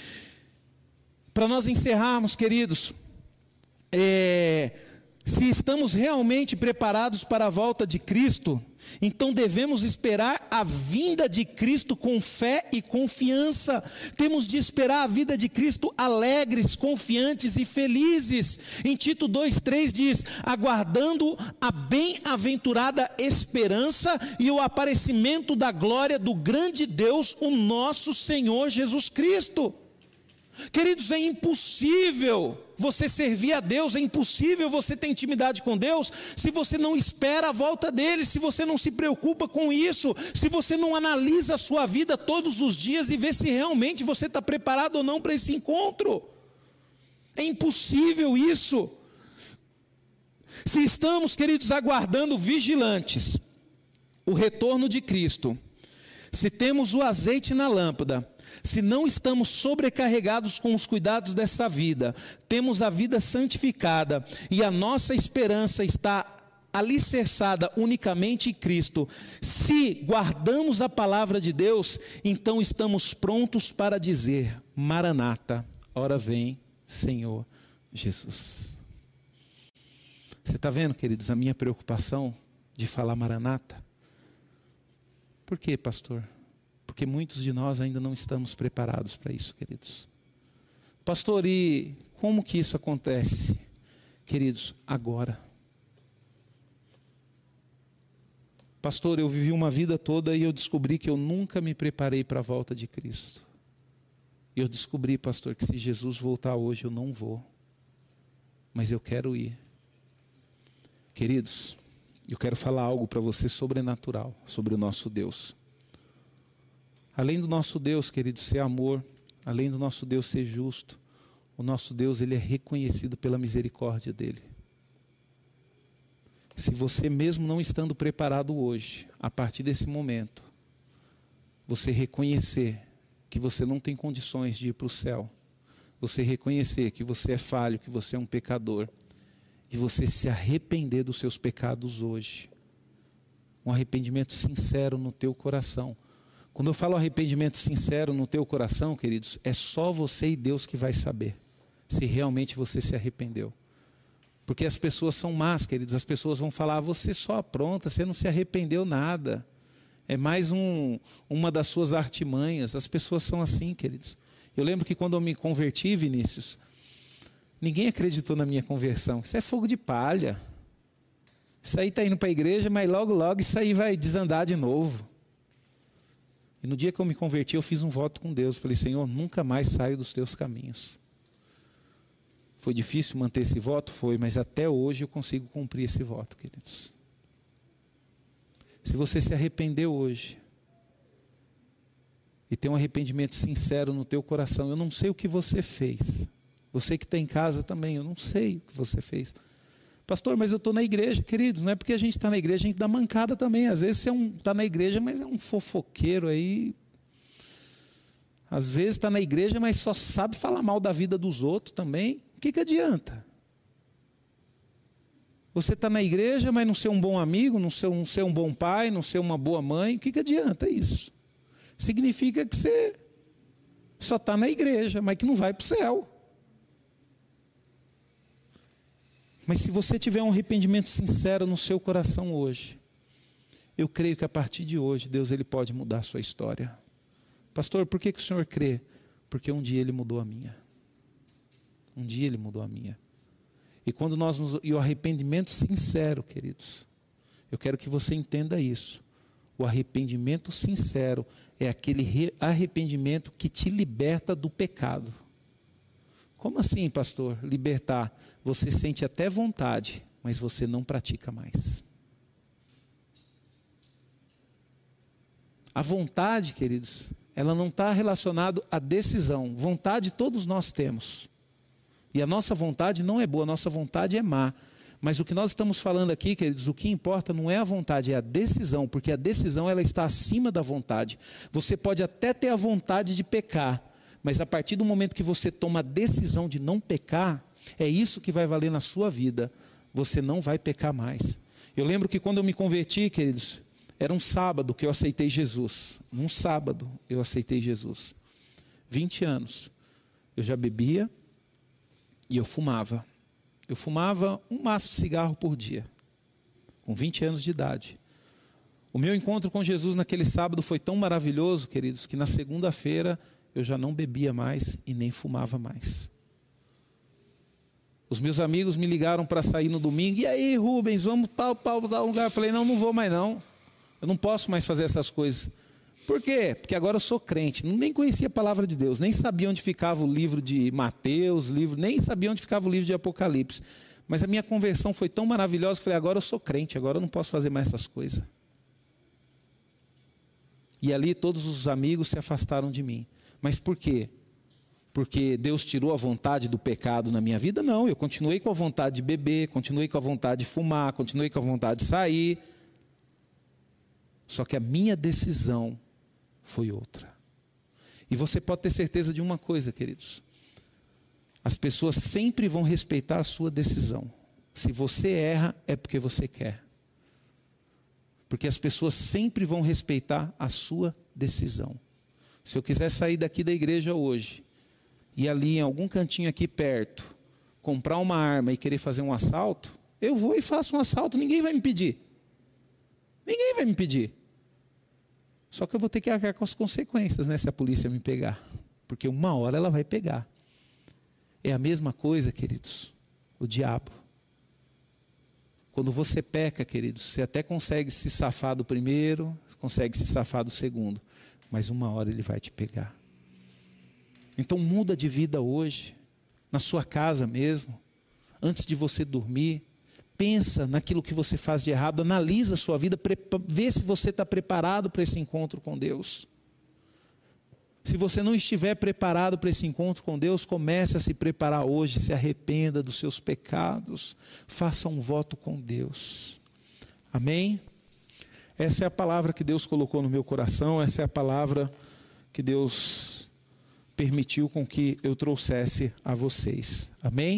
Para nós encerrarmos, queridos, é, se estamos realmente preparados para a volta de Cristo, então devemos esperar a vinda de Cristo com fé e confiança. Temos de esperar a vinda de Cristo alegres, confiantes e felizes. Em Tito dois, três diz, aguardando a bem-aventurada esperança e o aparecimento da glória do grande Deus, o nosso Senhor Jesus Cristo. Queridos, é impossível você servir a Deus, é impossível você ter intimidade com Deus, se você não espera a volta dEle, se você não se preocupa com isso, se você não analisa a sua vida todos os dias e vê se realmente você está preparado ou não para esse encontro. É impossível isso. Se estamos, queridos, aguardando vigilantes o retorno de Cristo, se temos o azeite na lâmpada, se não estamos sobrecarregados com os cuidados dessa vida, temos a vida santificada e a nossa esperança está alicerçada unicamente em Cristo, se guardamos a palavra de Deus, então estamos prontos para dizer, Maranata, ora vem, Senhor Jesus. Você está vendo, queridos, a minha preocupação de falar Maranata? Por quê, pastor? Porque muitos de nós ainda não estamos preparados para isso, queridos. Pastor, e como que isso acontece? Queridos, agora. Pastor, eu vivi uma vida toda e eu descobri que eu nunca me preparei para a volta de Cristo. E eu descobri, pastor, que se Jesus voltar hoje eu não vou. Mas eu quero ir. Queridos, eu quero falar algo para você sobrenatural, sobre o nosso Deus. Além do nosso Deus, queridos, ser amor, além do nosso Deus ser justo, o nosso Deus, ele é reconhecido pela misericórdia dele. Se você mesmo não estando preparado hoje, a partir desse momento, você reconhecer que você não tem condições de ir para o céu, você reconhecer que você é falho, que você é um pecador, e você se arrepender dos seus pecados hoje, um arrependimento sincero no teu coração. Quando eu falo arrependimento sincero no teu coração, queridos, é só você e Deus que vai saber se realmente você se arrependeu. Porque as pessoas são más, queridos, as pessoas vão falar, você só apronta, você não se arrependeu nada. É mais um, uma das suas artimanhas. As pessoas são assim, queridos. Eu lembro que quando eu me converti, Vinícius, ninguém acreditou na minha conversão. Isso é fogo de palha. Isso aí está indo para a igreja, mas logo, logo isso aí vai desandar de novo. E no dia que eu me converti, eu fiz um voto com Deus. Eu falei, Senhor, nunca mais saio dos teus caminhos. Foi difícil manter esse voto? Foi, mas até hoje eu consigo cumprir esse voto, queridos. Se você se arrependeu hoje, e tem um arrependimento sincero no teu coração, eu não sei o que você fez. Você que está em casa também, eu não sei o que você fez. Pastor, mas eu estou na igreja, queridos, não é porque a gente está na igreja, a gente dá mancada também. Às vezes você está é um, tá na igreja, mas é um fofoqueiro aí. Às vezes está na igreja, mas só sabe falar mal da vida dos outros também. O que, que adianta? Você está na igreja, mas não ser um bom amigo, não ser, não ser um bom pai, não ser uma boa mãe. O que, que adianta isso? Significa que você só está na igreja, mas que não vai para o céu. Mas se você tiver um arrependimento sincero no seu coração hoje, eu creio que a partir de hoje, Deus ele pode mudar a sua história. Pastor, por que, que o senhor crê? Porque um dia ele mudou a minha. Um dia ele mudou a minha. E quando nós nos, e o arrependimento sincero, queridos, eu quero que você entenda isso. O arrependimento sincero é aquele re, arrependimento que te liberta do pecado. Como assim, pastor? Libertar. Você sente até vontade, mas você não pratica mais. A vontade, queridos, ela não está relacionada à decisão. Vontade todos nós temos. E a nossa vontade não é boa, a nossa vontade é má. Mas o que nós estamos falando aqui, queridos, o que importa não é a vontade, é a decisão. Porque a decisão ela está acima da vontade. Você pode até ter a vontade de pecar, mas a partir do momento que você toma a decisão de não pecar, é isso que vai valer na sua vida. Você não vai pecar mais. Eu lembro que quando eu me converti, queridos, era um sábado que eu aceitei Jesus. Num sábado eu aceitei Jesus. vinte anos. Eu já bebia e eu fumava. Eu fumava um maço de cigarro por dia. Com vinte anos de idade. O meu encontro com Jesus naquele sábado foi tão maravilhoso, queridos, que na segunda-feira eu já não bebia mais e nem fumava mais. Os meus amigos me ligaram para sair no domingo. E aí, Rubens, vamos para tal lugar? Eu falei, não, não vou mais não. Eu não posso mais fazer essas coisas. Por quê? Porque agora eu sou crente. Nem conhecia a palavra de Deus. Nem sabia onde ficava o livro de Mateus, livro, nem sabia onde ficava o livro de Apocalipse. Mas a minha conversão foi tão maravilhosa que eu falei, agora eu sou crente, agora eu não posso fazer mais essas coisas. E ali todos os amigos se afastaram de mim. Mas por quê? Porque Deus tirou a vontade do pecado na minha vida? Não, eu continuei com a vontade de beber, continuei com a vontade de fumar, continuei com a vontade de sair. Só que a minha decisão foi outra. E você pode ter certeza de uma coisa, queridos. As pessoas sempre vão respeitar a sua decisão. Se você erra, é porque você quer. Porque as pessoas sempre vão respeitar a sua decisão. Se eu quiser sair daqui da igreja hoje, e ali em algum cantinho aqui perto, comprar uma arma e querer fazer um assalto, eu vou e faço um assalto, ninguém vai me pedir. Ninguém vai me pedir. Só que eu vou ter que arcar com as consequências, né, se a polícia me pegar. Porque uma hora ela vai pegar. É a mesma coisa, queridos, o diabo. Quando você peca, queridos, você até consegue se safar do primeiro, consegue se safar do segundo, mas uma hora ele vai te pegar. Então muda de vida hoje, na sua casa mesmo, antes de você dormir. Pensa naquilo que você faz de errado, analisa a sua vida, vê se você está preparado para esse encontro com Deus. Se você não estiver preparado para esse encontro com Deus, comece a se preparar hoje, se arrependa dos seus pecados, faça um voto com Deus. Amém? Essa é a palavra que Deus colocou no meu coração, essa é a palavra que Deus permitiu com que eu trouxesse a vocês. Amém?